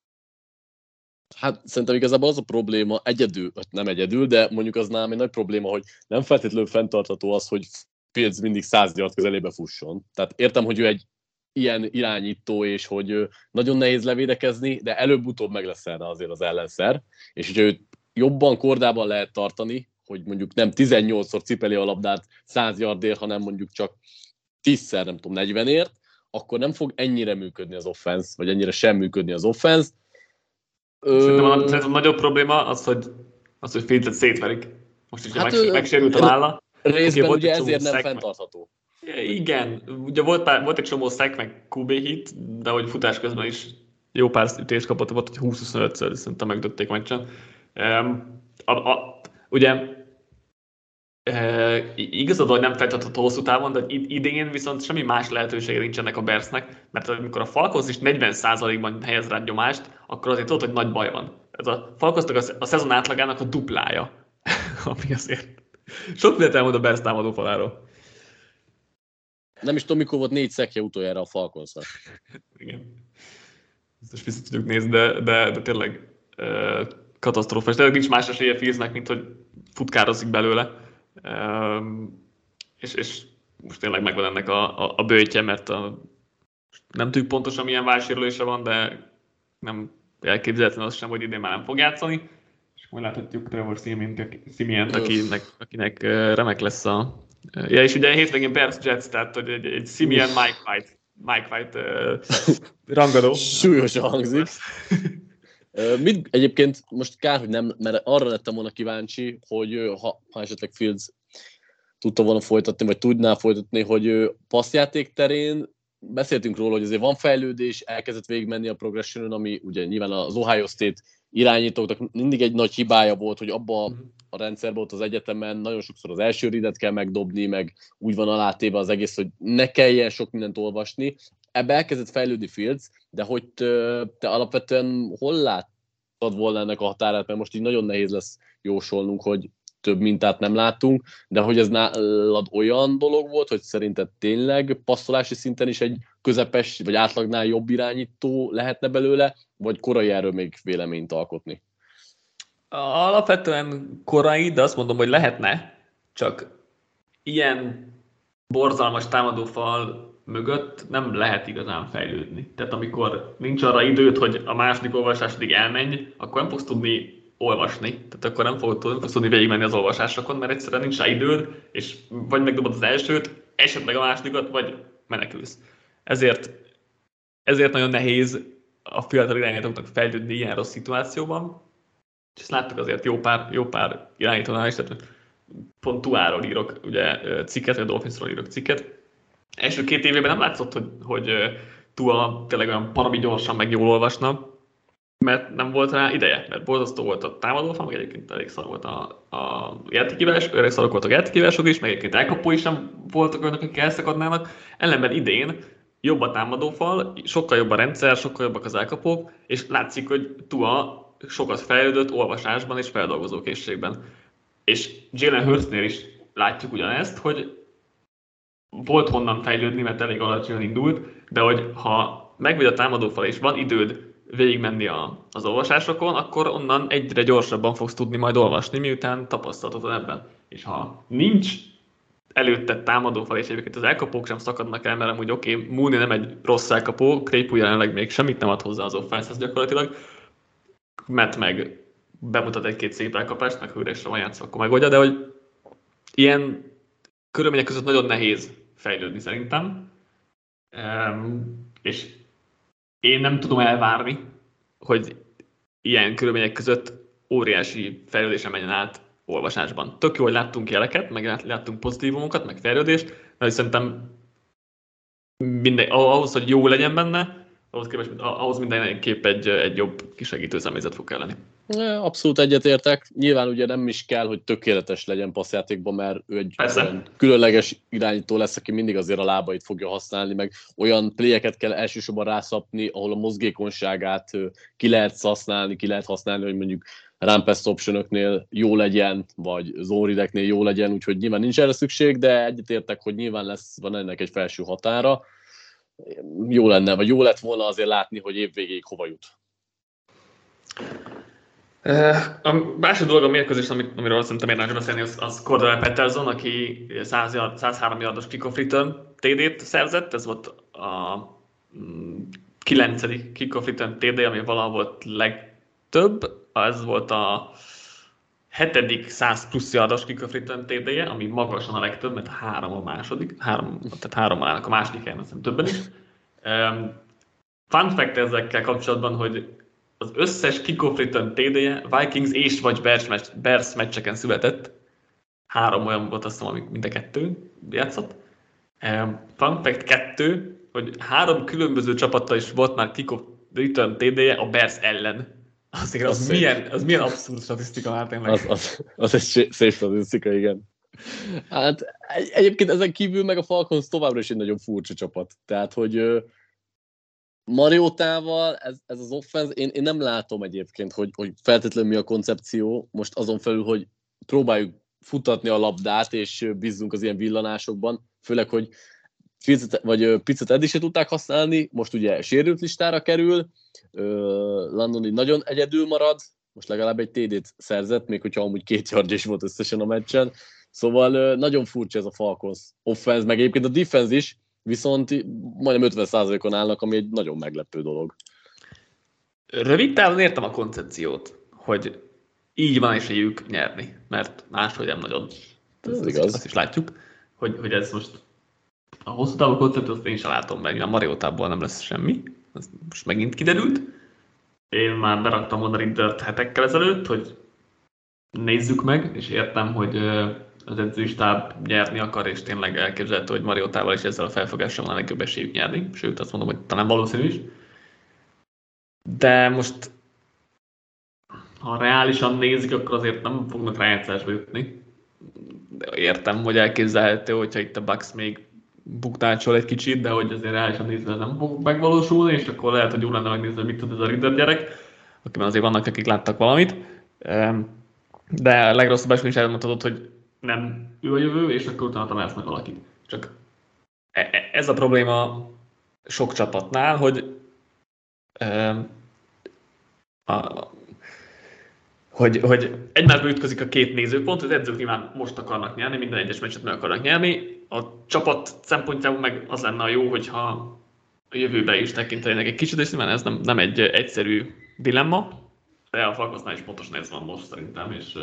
Hát szerintem igazából az a probléma nem egyedül, de mondjuk az nálam egy nagy probléma, hogy nem feltétlenül fenntartható az, hogy Fields mindig 100 yard közelébe fusson. Tehát értem, hogy ő egy ilyen irányító, és hogy nagyon nehéz levédekezni, de előbb-utóbb meg lesz erre azért az ellenszer, és hogyha őt jobban kordában lehet tartani, hogy mondjuk nem 18-szor cipeli a labdát 100 yardért, hanem mondjuk csak 10-szer, nem tudom, 40-ért, akkor nem fog ennyire működni az offense, vagy ennyire sem működni az offense. Szerintem a nagyobb probléma az, hogy Fields-et szétverik. Most is megsérült a válla. Részben ugye ezért nem fenntartható. Igen, ugye volt egy csomó szek, meg QB hit, de hogy futás közben is jó pár ütést kapott, volt, hogy 20-25-ször szerintem megdötték meccsen. Ugye igazad, hogy nem fenntartható hosszú távon, de idén viszont semmi más lehetősége nincsenek a Bearsnek, mert amikor a Falcons is 40%-ban helyez rá nyomást, akkor azért tudod, hogy nagy baj van. Ez a Falconsnak a szezon átlagának a duplája, ami azért sok mindent elmond a Bears támadó faláról. Nem is tudom, mikor volt 4 szekje utoljára a Falconsnak. Igen. Ezt vissza tudjuk nézni, de tényleg katasztrófa. És tényleg nincs más esélye Fieldsnek, mint hogy futkározik belőle. És most tényleg megvan ennek a bőtje, mert nem tudjuk pontosan milyen válsérülése van, de nem elképzelhetően az sem, hogy idén már nem fog játszani. És majd láthatjuk Trevor Siemiant, akinek remek lesz a... Ja, és ugye hétvégén Bears Jets, tehát hogy egy Siemian Mike White rangadó. Súlyosan hangzik. Egyébként most kár, hogy nem, mert arra lettem volna kíváncsi, hogy ha esetleg Fields tudta volna folytatni, vagy tudná folytatni, hogy passzjáték terén beszéltünk róla, hogy azért van fejlődés, elkezdett végigmenni a progressionon, ami ugye nyilván az Ohio State irányítóknak mindig egy nagy hibája volt, hogy abba a rendszerben ott az egyetemen nagyon sokszor az első readet kell megdobni, meg úgy van alátéve az egész, hogy ne kelljen sok mindent olvasni. Ebbe elkezdett fejlődni Fields, de hogy te alapvetően hol láttad volna ennek a határát, mert most így nagyon nehéz lesz jósolnunk, hogy több mintát nem látunk, de hogy ez nálad olyan dolog volt, hogy szerinted tényleg passzolási szinten is egy közepes vagy átlagnál jobb irányító lehetne belőle, vagy korai erről még véleményt alkotni? Alapvetően korai, de azt mondom, hogy lehetne, csak ilyen borzalmas támadófal mögött nem lehet igazán fejlődni. Tehát amikor nincs arra időd, hogy a második olvasásodig elmenj, akkor nem fogsz tudni olvasni. Tehát akkor nem fogsz tudni végigmenni az olvasásokon, mert egyszerűen nincs rá időd, és vagy megdobod az elsőt, esetleg a másodikat, vagy menekülsz. Ezért nagyon nehéz a fiatal irányítóknak fejlődni ilyen rossz szituációban. És ezt láttuk azért jó pár irányítónál is, tehát pont Tuáról írok ugye cikket, vagy a Dolphinsról írok cikket. Első 2 évében nem látszott, hogy Tua tényleg olyan parabi gyorsan meg jól olvasna, mert nem volt rá ideje, mert borzasztó volt a támadófal, meg egyébként elég szar volt a játékívás, elég szarok voltak a játékívások is, meg egyébként elkapói sem voltak olyanok, akik elszakadnának. Ellenben idén jobb a támadófal, sokkal jobb a rendszer, sokkal jobbak az elkapók, és látszik, hogy Tua sokat fejlődött olvasásban és feldolgozókészségben. És Jalen Hurtsnél is látjuk ugyanezt, hogy volt honnan fejlődni, mert elég alacsonyan indult, de hogy ha megvéd a támadófal és van időd végigmenni az olvasásokon, akkor onnan egyre gyorsabban fogsz tudni majd olvasni, miután tapasztalatod van ebben. És ha nincs előtte támadófal, és egyébként az elkapók sem szakadnak el, mert amúgy oké, Mooney nem egy rossz elkapó, Claypool jelenleg még semmit nem ad hozzá az offense-hez gyakorlatilag, mert meg bemutat egy-két szép elkapást, meg ha üresre van játszva, akkor megoldja, de hogy ilyen körülmények között nagyon nehéz fejlődni szerintem. És én nem tudom elvárni, hogy ilyen körülmények között óriási fejlődésen menjen át olvasásban. Tök jó, hogy láttunk jeleket, meg láttunk pozitívumokat, meg fejlődést, de szerintem ahhoz, hogy jó legyen benne, ahhoz mindenképp egy jobb kisegítő személyzet fog kelleni. Abszolút egyetértek. Nyilván ugye nem is kell, hogy tökéletes legyen passzjátékban, mert ő egy olyan különleges irányító lesz, aki mindig azért a lábait fogja használni, meg olyan playeket kell elsősorban rászapni, ahol a mozgékonyságát ki lehet használni, hogy mondjuk run pass optionoknél jó legyen, vagy zone readeknél jó legyen, úgyhogy nyilván nincs erre szükség, de egyetértek, hogy nyilván van ennek egy felső határa. Jó lenne, vagy jó lett volna azért látni, hogy évvégéig hova jut. A másik dolog a mérkőzés, amiről szerintem érdemes beszélni, az Cordell Patterson, aki 103 yardos kickoff return TD-t szerzett, ez volt a 9. kickoff return TD, ami valaha volt legtöbb, ez volt a 7. 100 plusz yardos kickoff return TD-je, ami magasan a legtöbb, mert 3 a második, tehát 3 állnak a második helyen, azt hiszem többen is. Fun fact ezekkel kapcsolatban, hogy az összes kickoff return TD-je Vikings és vagy Bears meccseken született. 3 olyan volt, azt mondom, mind a 2 játszott. Fun fact 2, hogy 3 különböző csapattal is volt már kickoff return TD-je a Bears ellen. Azért az milyen abszurd statisztika már tényleg. Az egy szép statisztika, igen. Hát egyébként ezen kívül meg a Falcons továbbra is egy nagyon furcsa csapat. Tehát, hogy Mariotával ez az offense, én nem látom egyébként, hogy feltétlenül mi a koncepció, most azon felül, hogy próbáljuk futatni a labdát, és bízzunk az ilyen villanásokban, főleg, hogy picit eddig se tudták használni, most ugye sérült listára kerül, Landon így nagyon egyedül marad, most legalább egy TD-t szerzett, még hogyha amúgy 2 yardja is volt összesen a meccsen, szóval nagyon furcsa ez a Falcons offense, meg egyébként a defense is, viszont majdnem 50%-on állnak, ami egy nagyon meglepő dolog. Rövid távon értem a koncepciót, hogy így van esélyük nyerni, mert máshogy nem nagyon. Azt is látjuk, hogy ez most a hosszú távú koncepciót én sem látom meg, a Mariotából nem lesz semmi, ez most megint kiderült. Én már beraktam oda Riddert hetekkel ezelőtt, hogy nézzük meg, és értem, hogy az edzőstáb nyerni akar, és tényleg elképzelhető, hogy Mariotával is ezzel a felfogással van a legjobb esélyük nyerni, sőt azt mondom, hogy talán valószínű is. De most, ha reálisan nézik, akkor azért nem fognak rájátszásba jutni. De értem, hogy elképzelhető, hogyha itt a Bucks még buktácsol egy kicsit, de hogy azért reálisan nézve nem fog megvalósulni, és akkor lehet, hogy jó lenne megnézni, hogy mit tud ez a Ridder gyerek, akiben azért vannak, akik láttak valamit. De a legrosszabb esetben is elmondhatod, hogy nem ő a jövő, és akkor utána találsz meg valakit. Csak ez a probléma sok csapatnál, hogy egymásba ütközik a két nézőpont, az edzők nyilván most akarnak nyerni, minden egyes meccset meg akarnak nyerni, a csapat szempontjából meg az lenne a jó, hogyha a jövőbe is tekintenének egy kicsit, és nyilván ez nem egy egyszerű dilemma, de a Falconsnál is pontosan ez van most szerintem, és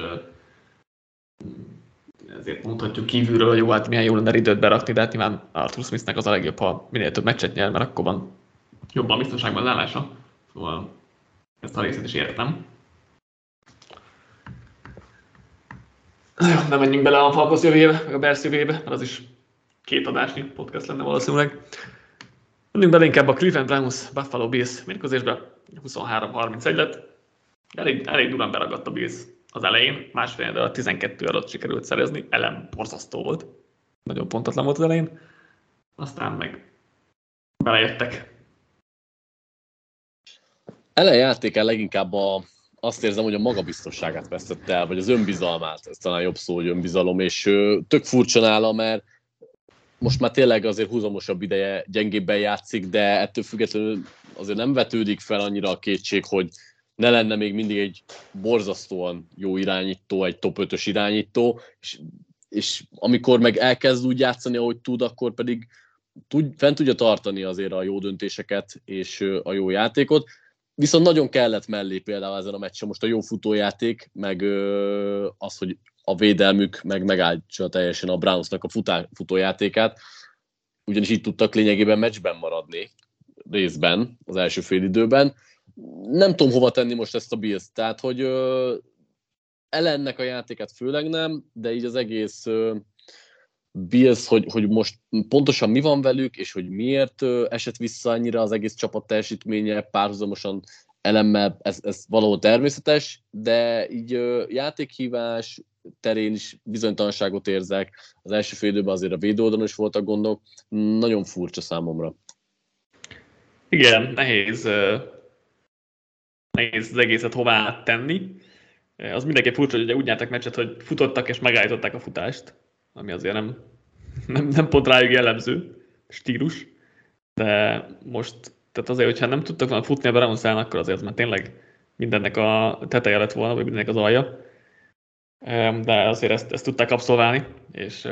ezért mondhatjuk kívülről, hogy jó, hát milyen jó lenne időt berakni, de hát nyilván Arthur Smithnek az a legjobb, ha minél több meccset nyer, mert akkor van jobban biztonságban az állása. Szóval ezt a részét is értem. Nem menjünk bele a Falcons jövőjébe, meg a Bears jövőjébe, mert az is 2 adásnyi podcast lenne valószínűleg. Menjünk bele inkább a Cleveland Browns Buffalo Bills mérkőzésbe. 23-31 lett. Elég durán beragadt a Bills az elején, másfél de a 12 alatt sikerült szerezni, elem borzasztó volt. Nagyon pontatlan volt az elején. Aztán meg belejöttek. Elejjátéken leginkább azt érzem, hogy a magabiztosságát vesztette el, vagy az önbizalmát, ez talán jobb szó, hogy önbizalom, és tök furcsa nála, mert most már tényleg azért húzamosabb ideje gyengébben játszik, de ettől függetlenül azért nem vetődik fel annyira a kétség, hogy ne lenne még mindig egy borzasztóan jó irányító, egy top 5-ös irányító, és amikor meg elkezd úgy játszani, ahogy tud, akkor pedig fent tudja tartani azért a jó döntéseket és a jó játékot. Viszont nagyon kellett mellé például ezen a meccsen most a jó futójáték, meg az, hogy a védelmük megállítsa teljesen a Brownsnak a futójátékát. ugyanis így tudtak lényegében meccsben maradni részben az első félidőben. Nem tudom hova tenni most ezt a Bills, tehát hogy Allennek a játékát főleg nem, de így az egész Bills, hogy most pontosan mi van velük, és hogy miért esett vissza annyira az egész csapat teljesítménye párhuzamosan Allennel, ez valahol természetes, de így játékhívás terén is bizonytalanságot érzek. Az első fél időben azért a védőoldalon is voltak gondok. Nagyon furcsa számomra. Igen, nehéz az egészet hová tenni. Az mindenki furcsa, hogy ugye úgy nyertek meccset, hogy futottak és megállították a futást, ami azért nem pont rájuk jellemző stílus, de most, tehát azért, hogyha nem tudtak volna futni a Browns ellen, akkor azért már tényleg mindennek a teteje lett volna, vagy mindennek az alja. De azért ezt tudták abszolválni, és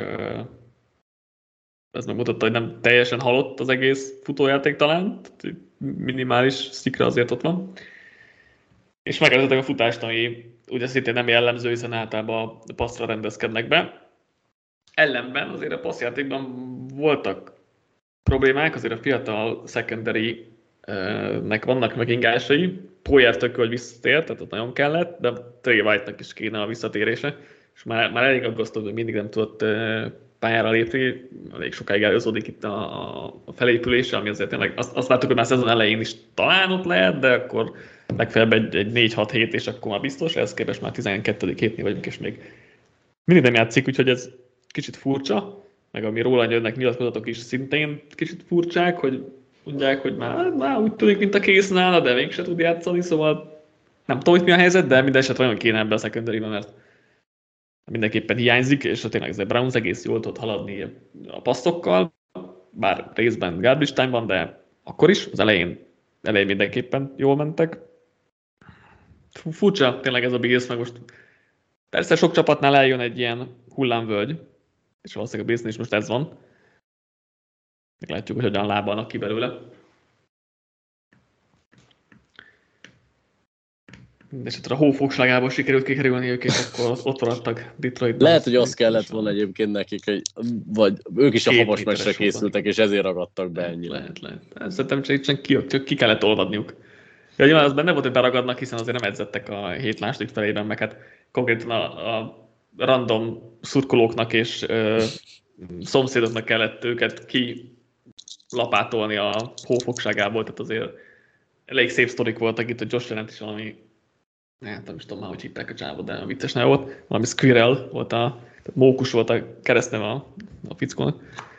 ez megmutatta, hogy nem teljesen halott az egész futójáték talán, minimális szikra azért ott van. És megállították a futást, ami ugye szintén nem jellemző, hiszen általában a passzra rendezkednek be. Ellenben azért a passzjátékban voltak problémák, azért a fiatal secondary-nek vannak megingásai. Poyer tök, hogy visszatért, tehát ott nagyon kellett, de Trey White-nak is kéne a visszatérése. És már elég aggasztó, hogy mindig nem tudott pályára lépni, elég sokáig előződik itt a felépülése, ami azért tényleg azt láttuk, hogy már szezon elején is talán ott lehet, de akkor legfeljebb egy 4-6 hét, és akkor már biztos, ehhez képest már 12. hétnél vagyunk, és még mindig nem játszik, úgyhogy ez kicsit furcsa, meg ami róla jönnek nyilatkozatok is szintén kicsit furcsák, hogy mondják, hogy már úgy tűnik, mint a kész nála, de mégse tud játszani, szóval nem tudom, hogy mi a helyzet, de minden esetre nagyon kéne ebbe a secondary-ben, mert mindenképpen hiányzik, és tényleg ez a Browns egész jól tud haladni a passzokkal, bár részben garbage time van, de akkor is, az elején mindenképpen jól mentek. Furcsa tényleg ez a Bills, meg most persze sok csapatnál eljön egy ilyen hullámvölgy, és valószínűleg a Billsnél is most ez van. Meglátjuk, hogy hogyan lábalnak ki belőle. Mindenesetre a hófogságából sikerült kikerülniük, és akkor ott maradtak Detroitban. Lehet, hogy az kellett volna egyébként nekik, hogy vagy ők is a havas meccsre készültek, és ezért ragadtak be ennyire. Lehet. Szerintem csak ki kellett olvadniuk. Ja, nyilván az benne volt, hogy beragadnak, hiszen azért nem edzettek a hét második felében, meg hát konkrétan a random szurkolóknak és szomszédoknak kellett őket kilapátolni a hófogságából, tehát azért elég szép sztorik voltak itt, a Josh Allen is valami, nem is tudom már, hogy hívták a csávot, de vicces nem volt, valami Squirrel volt, tehát mókus volt a keresztneve a fickónak.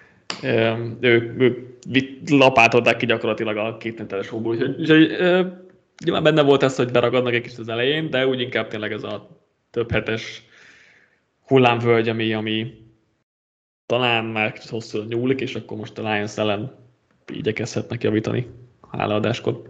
Ők lapátolták ki gyakorlatilag a 2 méteres hóból, úgyhogy nyilván benne volt ez, hogy beragadnak egy kicsit az elején, de úgy inkább tényleg ez a több hetes hullámvölgy, ami talán már kicsit hosszú nyúlik, és akkor most a Lions ellen igyekezhetnek javítani hálaadáskor.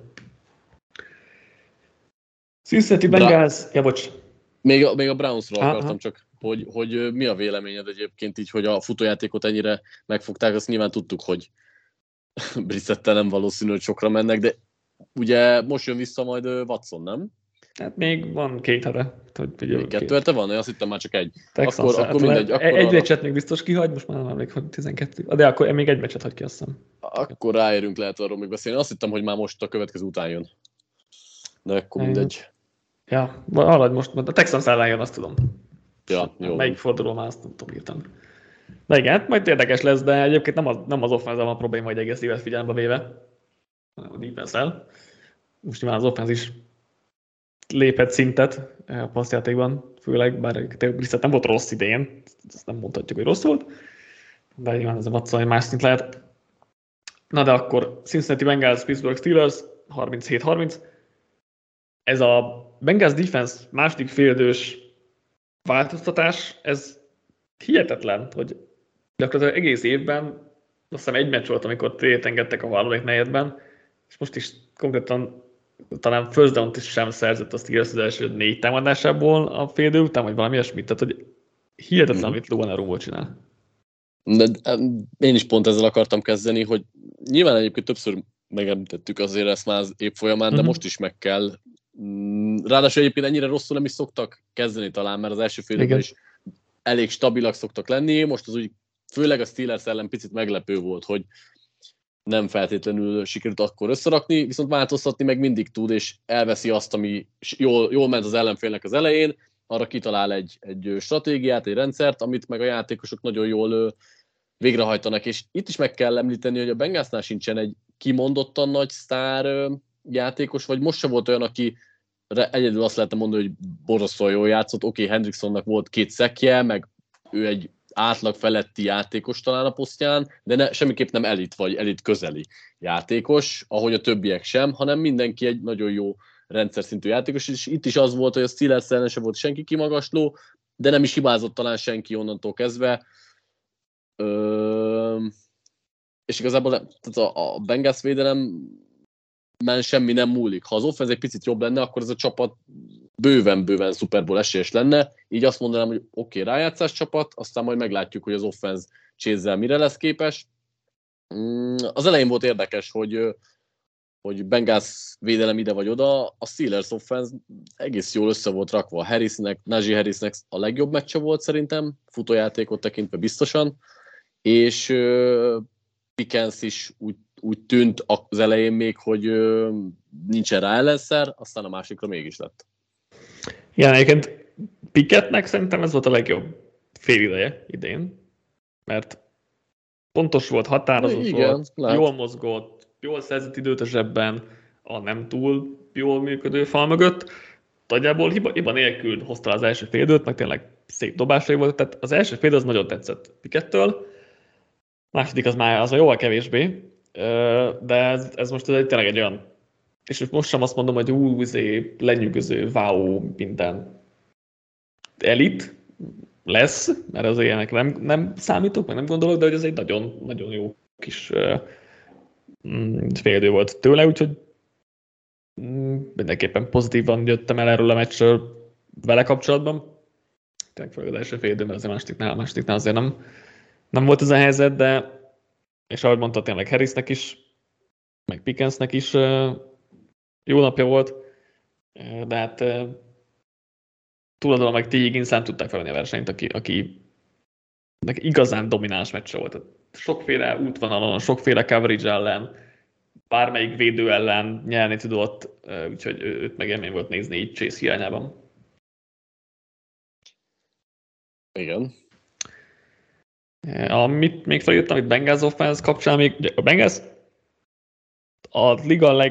Cincinnati Bengals, bocs. Még a Brownsról akartam csak, hogy mi a véleményed egyébként így, hogy a futójátékot ennyire megfogták, azt nyilván tudtuk, hogy Brissettel nem valószínű, hogy sokra mennek, de ugye most jön vissza majd Watson, nem? Hát még van 2 hete. Még 2 hete van? Én azt hittem már csak egy. Akkor mindegy. Egy meccset még biztos kihagy, most már nem emlék, hogy 12. De akkor még egy meccset hagy ki, azt hiszem. Akkor ráérünk, lehet arról még beszélni. Azt hittem, hogy már most a következő után jön. De akkor mindegy. Ja, haladj most, a Texans ellen jön, azt tudom. Ja, jó. Melyik forduló már, azt nem tudom írtani. De igen, hát majd érdekes lesz, de egyébként nem az offense-el van a probléma, hogy egész évet figyelembe véve, hanem a defense-el. Most nyilván az offense is lépett szintet a passzjátékban, főleg, bár Brissett nem volt rossz idén, ezt nem mondhatjuk, hogy rossz volt, de nyilván ez a Watson egy más szint lehet. Na de akkor Cincinnati Bengals, Pittsburgh Steelers, 37-30. Ez a Bengals defense második félidős változtatás, ez hihetetlen, hogy gyakorlatilag egész évben, azt hiszem egy meccs volt, amikor tét engedtek a harmadik negyedben, és most is konkrétan talán first down-t is sem szerzett a Steelers az első 4 támadásából a fél idő után, vagy valami ilyesmit, tehát hogy hihetetlen, amit Luan Arumból csinál. De én is pont ezzel akartam kezdeni, hogy nyilván egyébként többször megemlítettük azért ezt már az év folyamán, de most is meg kell. Ráadásul egyébként ennyire rosszul nem is szoktak kezdeni talán, mert az első fél időben is elég stabilak szoktak lenni, most az úgy főleg a Steelers ellen picit meglepő volt, hogy nem feltétlenül sikerült akkor összerakni, viszont változtatni meg mindig tud, és elveszi azt, ami jól ment az ellenfélnek az elején, arra kitalál egy stratégiát, egy rendszert, amit meg a játékosok nagyon jól végrehajtanak, és itt is meg kell említeni, hogy a Bengalsnál sincsen egy kimondottan nagy sztár játékos, vagy most sem volt olyan, aki egyedül azt lehetne mondani, hogy borzasztóan jól játszott. Oké, Hendricksonnak volt 2 szekje, meg ő egy átlag feletti játékos talán a posztján, de semmiképp nem elit vagy elit közeli játékos, ahogy a többiek sem, hanem mindenki egy nagyon jó rendszer szintű játékos, és itt is az volt, hogy a Steelers ellen sem volt senki kimagasló, de nem is hibázott talán senki onnantól kezdve. És igazából tehát a Bengals védelemben semmi nem múlik. Ha az offense egy picit jobb lenne, akkor ez a csapat bőven Super Bowl esélyes lenne. Így azt mondanám, hogy oké, rájátszás csapat, aztán majd meglátjuk, hogy az offense Chase-zel mire lesz képes. Az elején volt érdekes, hogy Bengals védelem ide vagy oda, a Steelers offense egész jól össze volt rakva. Najee Harrisnek a legjobb meccse volt szerintem, futójátékot tekintve biztosan, és Pickens is úgy tűnt az elején még, hogy nincsen rá ellenszer, aztán a másikra mégis lett. Igen, egyébként Pickettnek szerintem ez volt a legjobb félideje idén, mert pontos volt, határozott volt, jól mozgott, jól szerzett időt a zsebben, a nem túl jól működő fal mögött. Nagyjából hiba nélkül hozta az első félidőt, meg tényleg szép dobásai volt, tehát az első félidő az nagyon tetszett Pickettől, második az már jóval kevésbé, de ez most tényleg egy olyan, és most sem azt mondom, hogy lenyűgöző, wow, minden elit lesz, mert az ilyenek nem számítok, meg nem gondolok, de hogy ez egy nagyon, nagyon jó kis félidő volt tőle, úgyhogy mindenképpen pozitívan jöttem el erről a meccsről vele kapcsolatban. Tényleg főleg az első félidő, mert azért másodiknál azért nem volt ez a helyzet, de és ahogy mondta, tényleg Harrisnek is, meg Pickensnek is jó napja volt, de hát túladóan meg T. Higgins nem tudták felvenni a versenyt, aki igazán domináns meccse volt. Sokféle útvonalon, sokféle coverage ellen, bármelyik védő ellen nyerni tudott, úgyhogy őt meg élmény volt nézni így Chase hiányában. Igen. Amit még felírtam, itt Bengals offense kapcsán, még a Bengals a liga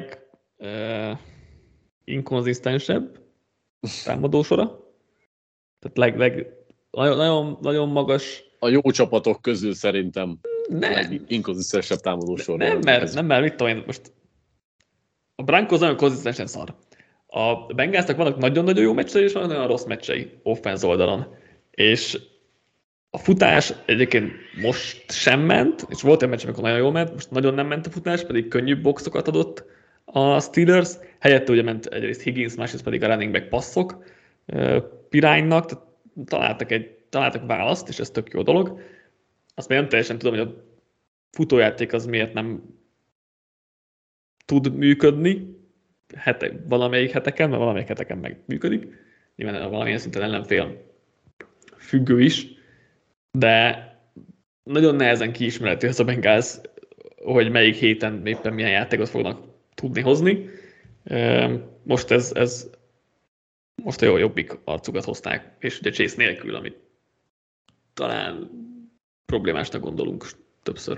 inkonzisztensebb támadósora. Tehát nagyon, nagyon magas. A jó csapatok közül szerintem inkonzisztensebb támadósor. Nem, mert mit tudom én, most a Broncos nagyon konzisztensen szar. A Bengalsnak vannak nagyon-nagyon jó meccsei, és vannak nagyon rossz meccsei offense oldalon. És a futás egyébként most sem ment, és volt egy meccs, amikor nagyon jól ment, most nagyon nem ment a futás, pedig könnyűbb boxokat adott a Steelers. Helyette ugye ment egyrészt Higgins, másrészt pedig a running back passzok Piránynak, tehát találtak választ, és ez tök jó dolog. Azt még nem teljesen tudom, hogy a futójáték az miért nem tud működni valamelyik heteken, mert valamelyik heteken meg működik. Nyilván valamilyen szinten ellenfél függő is, de nagyon nehezen kiismerhető ez a Bengals, hogy melyik héten éppen milyen játékot fognak tudni hozni. Most most a jobbik arcukat hozták, és ugye Chase nélkül, amit talán problémásnak gondolunk többször.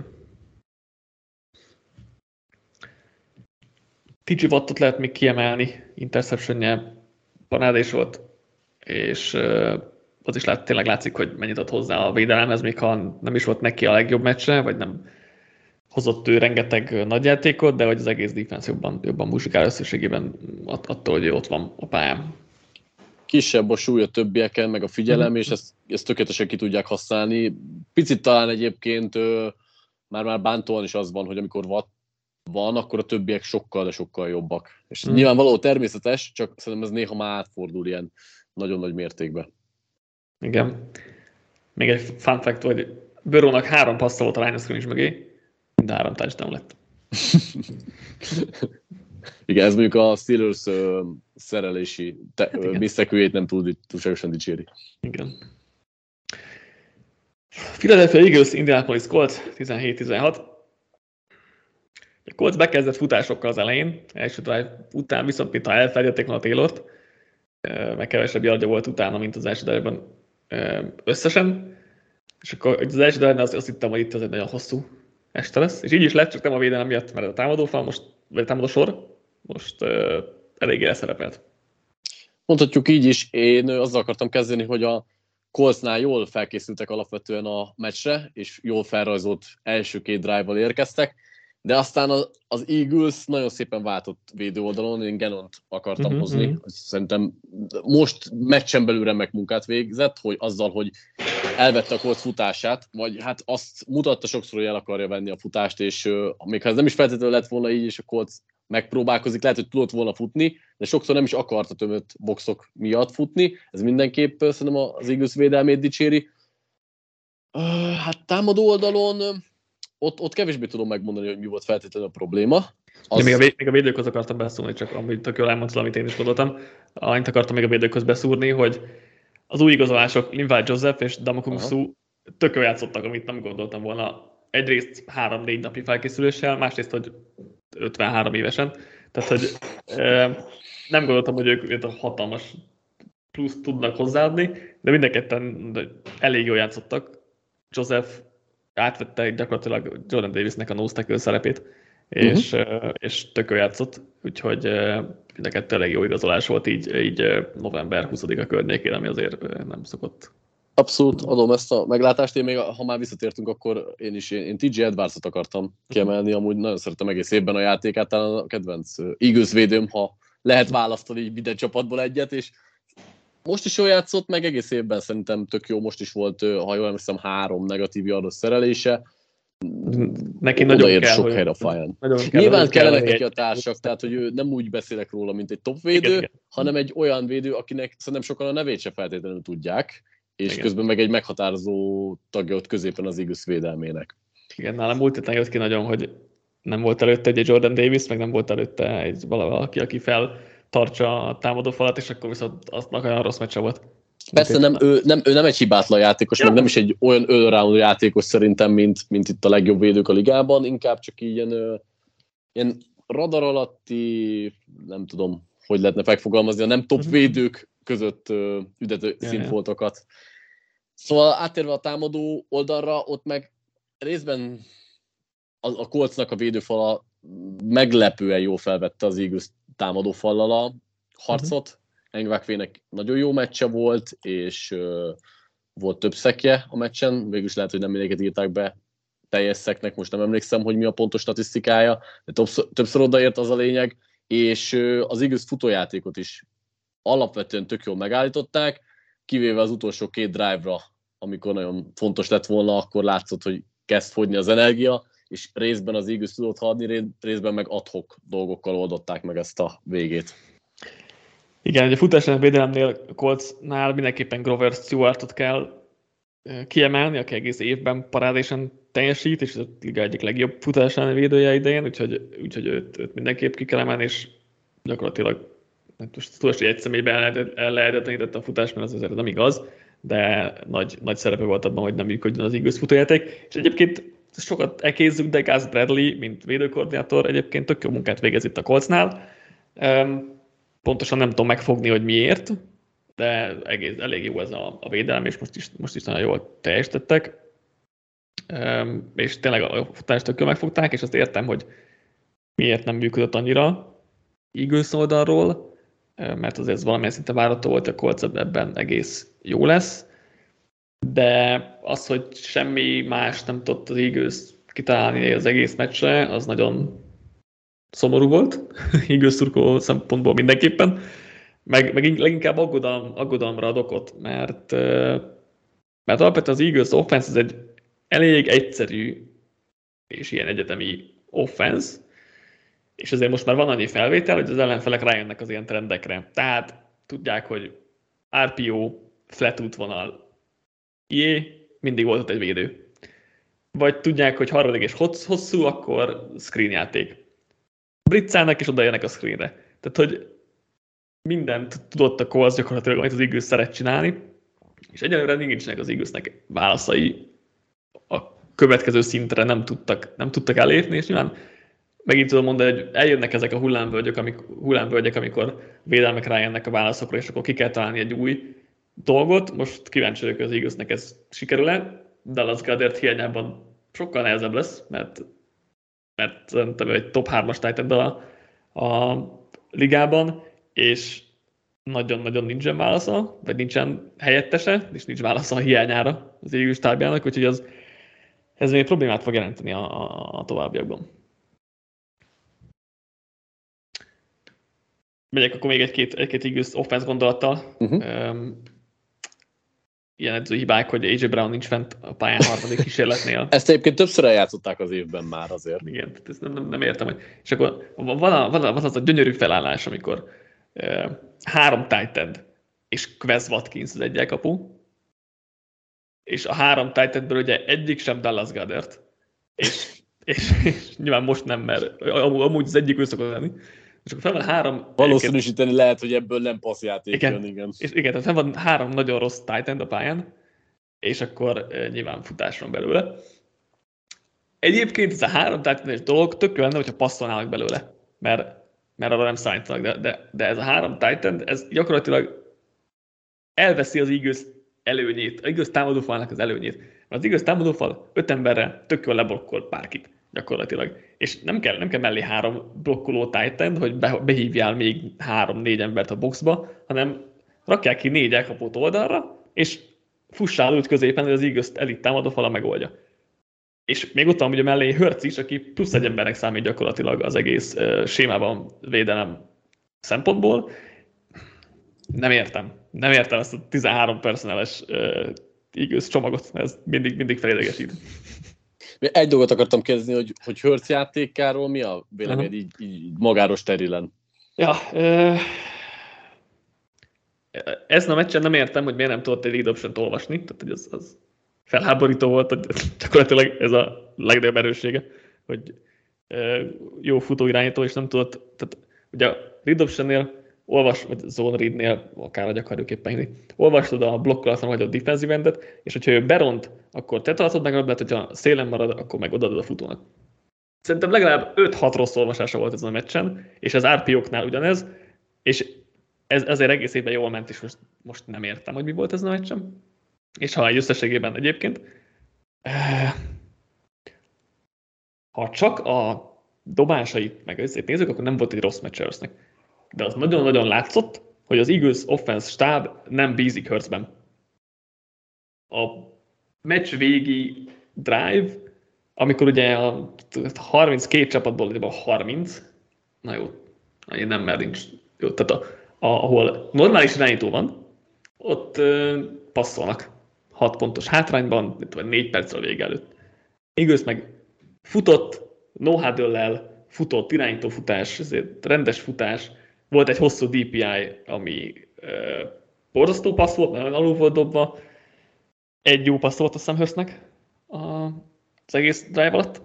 TJ Wattot lehet még kiemelni, interceptionje parádés volt, és az is tényleg látszik, hogy mennyit ad hozzá a védelemhez, még ha nem is volt neki a legjobb meccse, vagy nem hozott ő rengeteg nagyjátékot, de hogy az egész defense jobban muzsikál összességében attól, hogy ott van a pályán. Kisebb a súly a többieken, meg a figyelem, és ezt tökéletesen ki tudják használni. Picit talán egyébként már bántóan is az van, hogy amikor Watt van, akkor a többiek sokkal, de sokkal jobbak. És nyilvánvaló természetes, csak szerintem ez néha már átfordul ilyen nagyon nagy mértékben. Igen. Még egy fun fact, hogy Burrownak 3 passza volt a line of scrimmage mögé, mind 3 touchdown lett. Igen, ez mondjuk a Steelers szerelési visszakőjét nem túlságosan dicséri. Igen. Philadelphia Eagles, Indianapolis Colts 17-16. A Colts bekezdett futásokkal az elején, első drive után viszont mintha elfelejtették volna a Taylort, meg kevesebb yardja volt utána, mint az első drive-ban összesen, és akkor az első drive-ban azt hittem, hogy itt az egy nagyon hosszú este lesz, és így is lett, csak nem a védelem miatt, mert a támadófal most, vagy a támadó sor most eléggé leszerepelt. Mondhatjuk így is, én azzal akartam kezdeni, hogy a Coltsnál jól felkészültek alapvetően a meccsre, és jól felrajzolt első két drive-val érkeztek, de aztán az Eagles nagyon szépen váltott védő oldalon, én Gannont akartam hozni, szerintem most meccsen belül remek munkát végzett, hogy azzal, hogy elvette a Colts futását, vagy hát azt mutatta sokszor, hogy el akarja venni a futást, és még ha ez nem is feltétlenül lett volna így, és a Colts megpróbálkozik, lehet, hogy tudott volna futni, de sokszor nem is akart a tömött boxok miatt futni, ez mindenképp szerintem az Eagles védelmét dicséri. Hát támadó oldalon ott kevésbé tudom megmondani, hogy mi volt feltétlenül a probléma. Még a védőköz akartam beszúrni, csak amúgy tök jól elmondtam, amit én is gondoltam. Annyit akartam még a védőköz beszúrni, hogy az új igazolások, Linval Joseph és Damokusu tök jól játszottak, amit nem gondoltam volna. Egyrészt 3-4 napi felkészüléssel, másrészt, hogy 53 évesen. Tehát, hogy nem gondoltam, hogy ők hatalmas plusz tudnak hozzáadni, de mindenketten elég jól játszottak. Joseph átvette gyakorlatilag Jordan Davisnek a nose tackle szerepét, és tök jól játszott, úgyhogy mind a kettő elég jó igazolás volt így november 20-a környékén, ami azért nem szokott. Abszolút adom ezt a meglátást, én még, ha már visszatértünk, akkor én TJ Edwards-ot akartam kiemelni, amúgy nagyon szeretem egész évben a játékát, talán a kedvenc Eagles védőm, ha lehet választani így minden csapatból egyet, és most is jól játszott, meg egész évben szerintem tök jó, most is volt, ha jól emlékszem, 3 negatív yardos szerelése. Neki nagyon kell, sok helyre a pályán. Nyilván kellenek neki a társak, tehát hogy ő nem úgy beszélek róla, mint egy top védő, igen. hanem egy olyan védő, akinek szerintem sokan a nevét se feltétlenül tudják, és igen. közben meg egy meghatározó tagja ott középen az Eagles védelmének. Igen, nálam múlt héten jött ki nagyon, hogy nem volt előtte egy Jordan Davis, meg nem volt előtte egy valaki, aki feltartsa a támadó falat, és akkor viszont aztnak olyan rossz meccse volt. Persze ő nem egy hibátlan játékos, meg nem is egy olyan all-round játékos szerintem, mint itt a legjobb védők a ligában, inkább csak ilyen radar alatti, nem tudom, hogy lehetne megfogalmazni, a nem top védők között üdető színfoltokat. Szóval áttérve a támadó oldalra, ott meg részben a Coltsnak a védőfala meglepően jól felvette az Eagles támadó fallal a harcot. Ngakvének nagyon jó meccse volt, és volt több szekje a meccsen, végülis lehet, hogy nem mindegyiket írták be teljes szeknek, most nem emlékszem, hogy mi a pontos statisztikája, de többször odaért az a lényeg, és az Eagles futójátékot is alapvetően tök jól megállították, kivéve az utolsó 2 drive-ra, amikor nagyon fontos lett volna, akkor látszott, hogy kezd fogyni az energia, és részben az Eagles tudott haladni, részben meg ad-hoc dolgokkal oldották meg ezt a végét. Igen, a futásnak védelemnél Coltsnál mindenképpen Grover Stewartot kell kiemelni, aki egész évben parádésen teljesít, és a liga egyik legjobb futásán védője idején, úgyhogy őt mindenképp ki kell emelni, és gyakorlatilag tudod, hogy egy személyben ellehetetlenítette a futás, mert az azért nem igaz, de nagy szerepe volt abban, hogy nem működjön az Eagles futójáték. És egyébként sokat elkézzük, de Gus Bradley, mint védőkoordinátor, egyébként tök jó munkát végez itt a Coltsnál. Pontosan nem tudom megfogni, hogy miért, de elég jó ez a védelem, és most is nagyon jól teljesítettek. És tényleg a futást tök jól megfogták, és azt értem, hogy miért nem működött annyira Eagles oldalról, mert azért ez valamilyen szinte várható volt, hogy a Colts ebben egész jó lesz. De az, hogy semmi más nem tudott az Eagles kitalálni az egész meccsre, az nagyon szomorú volt, Eagles szurkoló szempontból mindenképpen, meg leginkább aggodalomra ad okot, mert alapvetően az Eagles offense ez egy elég egyszerű és ilyen egyetemi offense, és ezért most már van annyi felvétel, hogy az ellenfelek rájönnek az ilyen trendekre. Tehát tudják, hogy RPO, flat útvonal, mindig volt ott egy védő. Vagy tudják, hogy harmadik és hosszú, akkor screen játék. Blitzelnek és odaérnek a screenre. Tehát, hogy mindent tudott a Colts gyakorlatilag, amit az Eagles szeret csinálni, és egyelőre nincsenek az Eaglesnek válaszai a következő szintre nem tudtak elérni, és nyilván megint tudom mondani, hogy eljönnek ezek a hullámvölgyek, amikor védelmek rájönnek a válaszokra, és akkor ki kell találni egy új dolgot. Most kíváncsi vagyok, hogy az Eaglesnek ez sikerül-e. Dallas Goedert hiányában sokkal nehezebb lesz, mert szerintem egy top 3-as tight a ligában, és nagyon-nagyon nincsen válasza, vagy nincsen helyettese, és nincs válasza a hiányára az Eagles tábjának, úgyhogy ez még problémát fog jelenteni a továbbiakban. Megyek akkor még egy-két Eagles offense gondolattal. Ilyen edzői hibák, hogy AJ Brown nincs fent a pályán harmadik kísérletnél. Ezt egyébként többször eljátszották az évben már azért. Igen, ezt nem értem. Hogy... És akkor van az a gyönyörű felállás, amikor 3 tight end és Quez Watkins az egy elkapu, és a 3 tight endből ugye egyik sem Dallas Goedert. És nyilván most nem, mert amúgy az egyik ő szokott lenni. És akkor fel van 3... Valószínűsíteni lehet, hogy ebből nem passzjáték jön, igen. És igen, tehát fel van 3 nagyon rossz tight end a pályán, és akkor nyilván futás van belőle. Egyébként ez a 3 tight endes dolog tök jó lenne, hogyha passzolnának belőle, mert arra nem számítanak, de ez a 3 tight end, ez gyakorlatilag elveszi az Eagles előnyét, az Eagles támadófalnak az előnyét. Mert az Eagles támadófal 5 emberre tök jól leblokkol bárkit gyakorlatilag. És nem kell mellé 3 blokkoló tight end, hogy behívjál még 3-4 embert a boxba, hanem rakják ki 4 elkapót oldalra, és fussál úgy középen, hogy az Eagles elit támadófala megoldja. És még ott van ugye mellé Hurts is, aki plusz egy embernek számít gyakorlatilag az egész sémában védelem szempontból. Nem értem ezt a 13 personáles Eagles csomagot, ez mindig felidegesít. Egy dolgot akartam kérdezni, hogy Hurts játékáról mi a véleményed így magáros terilen? Ja, ezen a meccsen nem értem, hogy miért nem tudott egy lead option-t olvasni, tehát hogy az felháborító volt, hogy gyakorlatilag ez a legnagyobb erőssége, hogy jó futóirányító, és nem tudott, tehát ugye a read option-nél vagy zone readnél, akár hogy akarjuk éppen hinni, olvastad a blokkolatlan hagyott defensive endet, és hogyha ő beront, akkor te tartod meg a labdát, hogyha szélen marad, akkor meg odaadod a futónak. Szerintem legalább 5-6 rossz olvasása volt ezen a meccsen, és az RPO-knál ugyanez, és ez azért egész évben jól ment, és most nem értem, hogy mi volt ezen a meccsen. És ha egy összességében egyébként, ha csak a dobásait meg összét nézzük, akkor nem volt egy rossz meccs Hurtsnek. De az nagyon-nagyon látszott, hogy az Eagles offense stáb nem bízik Hurtsben. A meccs végi drive, amikor ugye a 32 csapatból a 30, na jó, nem, mert nincs jó, tehát ahol normális irányító van, ott passzolnak 6 pontos hátrányban, 4 perccel a vége előtt. Eagles meg futott, no-huddle-lel, futott, irányítófutás, rendes futás, volt egy hosszú DPI, ami borzasztó passz volt, nagyon alul volt dobva, egy jó passz volt a Sam Hurtsnek az egész drive alatt.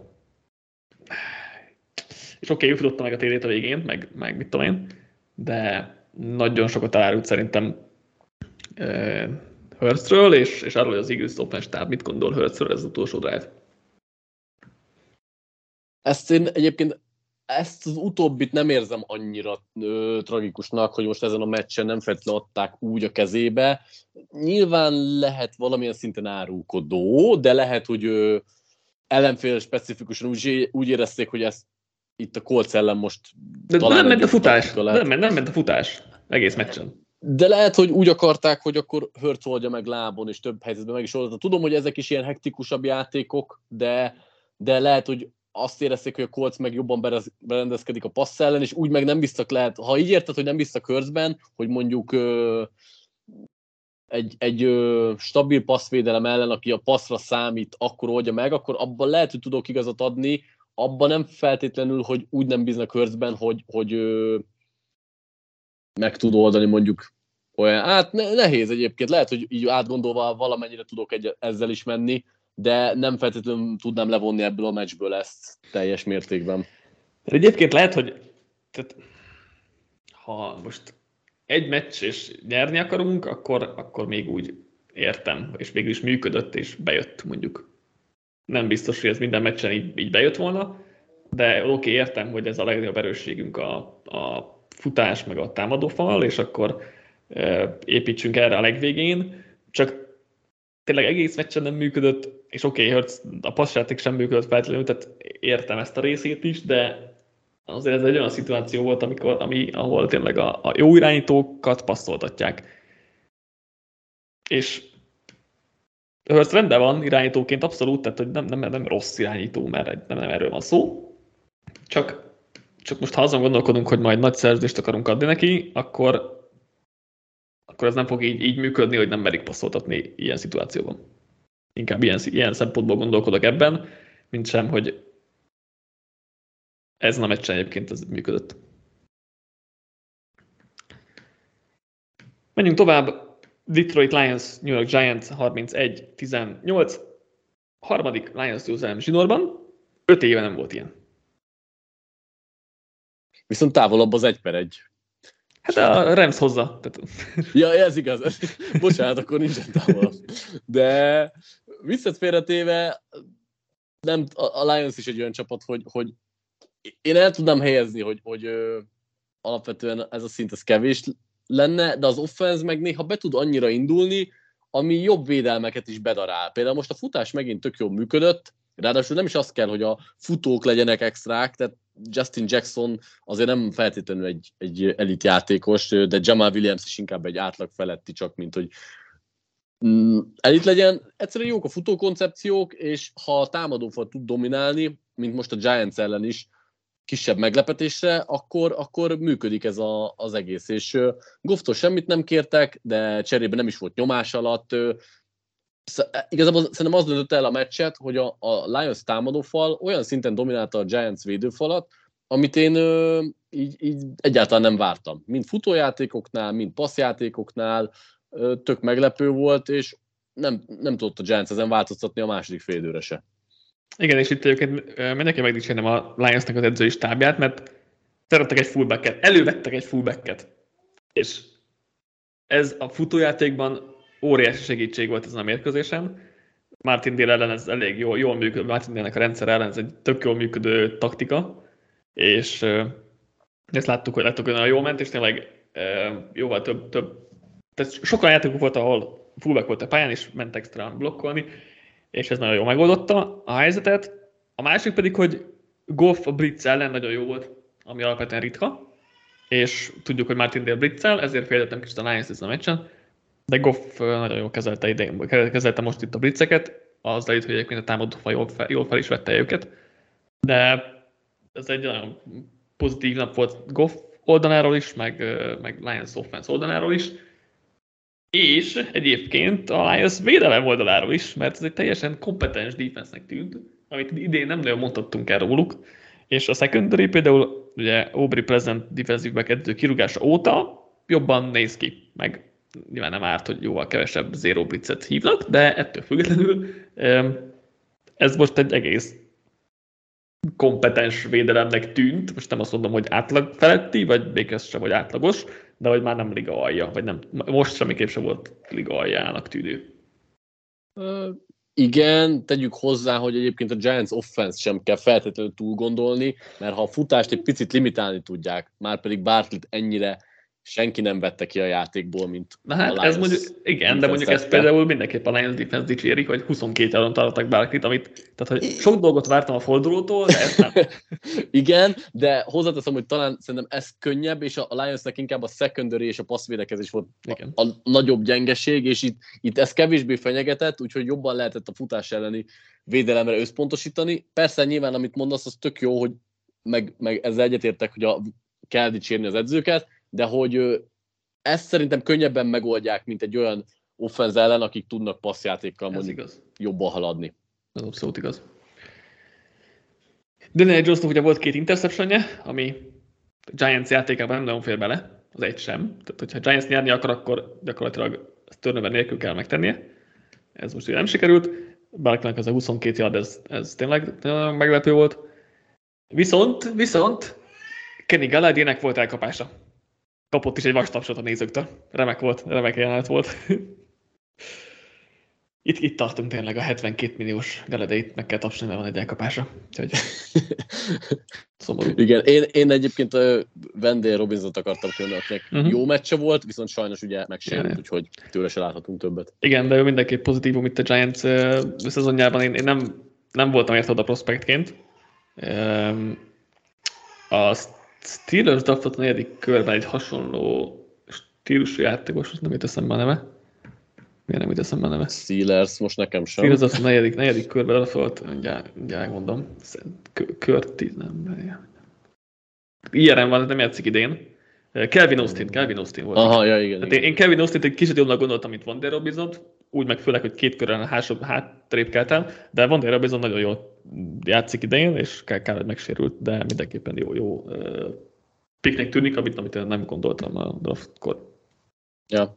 És oké, ő futotta meg a TD-t a végén, meg mit tudom én, de nagyon sokat elárult szerintem Hurtsről, és arról, hogy az Eagles offense stáb mit gondol Hurtsről ez az utolsó drive. Ezt az utóbbit nem érzem annyira tragikusnak, hogy most ezen a meccsen nem feltétlenül adták úgy a kezébe. Nyilván lehet valamilyen szinten árulkodó, de lehet, hogy ellenfél specifikusan úgy érezték, hogy ezt itt a Colts ellen most de nem ment a futás. Nem ment a futás egész meccsen. De lehet, hogy úgy akarták, hogy akkor Hurts oldja meg lábon, és több helyzetben meg is oldta. Tudom, hogy ezek is ilyen hektikusabb játékok, de lehet, hogy azt érezték, hogy a Colts meg jobban berendezkedik a passz ellen, és úgy meg nem biztak lehet, ha így érted, hogy nem biztak Hurtsben, hogy mondjuk egy stabil passzvédelem ellen, aki a passzra számít, akkor oldja meg, akkor abban lehet, hogy tudok igazat adni, abban nem feltétlenül, hogy úgy nem bíznak Hurtsben, hogy meg tud oldani mondjuk olyan, hát nehéz egyébként, lehet, hogy így átgondolva valamennyire tudok ezzel is menni, de nem feltétlenül tudnám levonni ebből a meccsből ezt teljes mértékben. De egyébként lehet, hogy tehát, ha most egy meccs és nyerni akarunk, akkor még úgy értem, és végül is működött, és bejött mondjuk nem biztos, hogy ez minden meccsen így bejött volna, de oké, értem, hogy ez a legnagyobb erősségünk a futás, meg a támadófal, és akkor építsünk erre a legvégén, csak tényleg egész meccsen nem működött, és oké, a passzjáték sem működött feltétlenül, tehát értem ezt a részét is, de azért ez egy olyan szituáció volt, ahol tényleg a jó irányítókat passzoltatják. És Hurts rendben van irányítóként abszolút, tehát hogy nem rossz irányító, mert nem erről van szó. Csak most ha azon gondolkodunk, hogy majd nagy szerződést akarunk adni neki, akkor ez nem fog így működni, hogy nem merik passzoltatni ilyen szituációban. Inkább ilyen szempontból gondolkodok ebben, mint sem, hogy ezen a meccsen egyébként ez működött. Menjünk tovább. Detroit Lions, New York Giants 31-18. Harmadik Lions győzelem zsinórban. 5 éve nem volt ilyen. Viszont távolabb az 1-1. Hát a Rams hozza. Ja, ez igaz. Bocsánat, akkor nincsen távolabb. De visszat félretéve, nem, a Lions is egy olyan csapat, hogy én el tudnám helyezni, hogy alapvetően ez a szint ez kevés lenne, de az offense meg néha be tud annyira indulni, ami jobb védelmeket is bedarál. Például most a futás megint tök jól működött, ráadásul nem is az kell, hogy a futók legyenek extrák, tehát Justin Jackson azért nem feltétlenül egy elit játékos, de Jamal Williams is inkább egy átlag feletti, csak mint hogy elit legyen. Egyszerűen jók a futókoncepciók, és ha a támadófal tud dominálni, mint most a Giants ellen is, kisebb meglepetésre, akkor működik ez az egész. És Goff-tól semmit nem kértek, de cserébe nem is volt nyomás alatt. Igazából szerintem az döntött el a meccset, hogy a Lions támadófal olyan szinten dominálta a Giants védőfalat, amit én így egyáltalán nem vártam. Mind futójátékoknál, mind passzjátékoknál tök meglepő volt, és nem tudott a Giants ezen változtatni a második fél időre se. Igen, és itt egyébként mindenki megdicsérnem a Lionsnak az edzői stábját, mert szerettek egy fullbacket, elővettek egy fullbacket. És ez a futójátékban óriási segítség volt ezen a mérkőzésen. Martindale ellen ez elég jól működő, Martindale-nek a rendszer ellen ez egy tök jól működő taktika, és ezt láttuk, hogy nagyon jól ment, és tényleg jóval több. Tehát sokan játékok volt, ahol fullback volt a pályán, és ment extra blokkolni, és ez nagyon jól megoldotta a helyzetet. A másik pedig, hogy Goff a blitz ellen nagyon jó volt, ami alapvetően ritka, és tudjuk, hogy Martindale blitzel, ezért féltettem kicsit a Lions ezen a meccsen, de Goff nagyon jól kezelte most itt a blitzeket, azzal itt, hogy egyébként a támadófa jól fel is vette őket, de ez egy nagyon pozitív nap volt Goff oldaláról is, meg Lions offense oldaláról is, és egyébként a Lions védelem oldaláról is, mert ez egy teljesen kompetens defense-nek tűnt, amit idén nem nagyon mondhattunk el róluk, és a secondary például ugye Aubrey Pleasant defensive back edző kirúgása óta jobban néz ki, meg nyilván nem árt, hogy jóval kevesebb zero blitzet hívnak, de ettől függetlenül ez most egy egész kompetens védelemnek tűnt, most nem azt mondom, hogy átlag feletti, vagy még ez sem, vagy átlagos, de hogy már nem liga alja, vagy nem, most semmiképp sem volt liga aljának tűnő. Igen, tegyük hozzá, hogy egyébként a Giants offense sem kell feltétlenül túl gondolni, mert ha a futást egy picit limitálni tudják, már pedig Barkley ennyire senki nem vette ki a játékból, mint na hát a Lions. Ez mondjuk, igen, de mondjuk ezt például mindenképp a Lions defense dicséri, hogy 22 yardon tartottak Barkleyt, tehát hogy sok dolgot vártam a fordulótól, de ezt nem. Igen, de hozzáteszem, hogy talán szerintem ez könnyebb, és a Lionsnek inkább a secondary és a passzvédekezés volt a nagyobb gyengeség, és itt ez kevésbé fenyegetett, úgyhogy jobban lehetett a futás elleni védelemre összpontosítani. Persze nyilván, amit mondasz, az tök jó, hogy meg ezzel egyetértek, hogy kell dicsérni az edzőket, de hogy ezt szerintem könnyebben megoldják, mint egy olyan offense ellen, akik tudnak passzjátékkal mondjuk jobban haladni. Ez abszolút igaz. Daniel Jonesnak ugye volt 2 interceptionje, ami Giants játékában nem nagyon fér bele, az egy sem. Tehát, hogyha Giants nyerni akar, akkor gyakorlatilag ezt turnover nélkül kell megtennie. Ez most ugye nem sikerült. Barkleynek az a 22 yard, ez tényleg meglepő volt. Viszont Kenny Galladiernek volt elkapása. Kapott is egy vastapsot a nézőktől. Remek jelenet volt. Itt tartunk tényleg a 72 milliós Galadeit, meg kell tapsolni, van egy elkapása. Úgyhogy szomorú. Igen, én egyébként Wendell Robinsont akartam kérni, akinek jó meccse volt, viszont sajnos ugye megsérült, úgyhogy tőle se láthatunk többet. Igen, de ő mindenképp pozitívum itt a Giants szezonjában. Én nem voltam érted a prospektként. A Steelers draftott a 4. körben egy hasonló stílusú játékos, nem jut eszembe a neve. Miért nem jut eszembe a neve? Steelers, most nekem sem. Steelers azt a 4. körben draftolta, mindjárt mondom. Curtis, nem. Ilyen van, nem játszik idén. Calvin Austin volt. Aha, ja, igen. Hát én Calvin Austin-t egy kicsit jobbnak gondoltam, mint Van der Robinson-t, úgy meg főleg, hogy 2 körön hátrébb keltem, de Van der Robinson nagyon jól játszik idején, és kár, hogy megsérült, de mindenképpen jó picknek tűnik, amit én nem gondoltam a draftkor. Ja.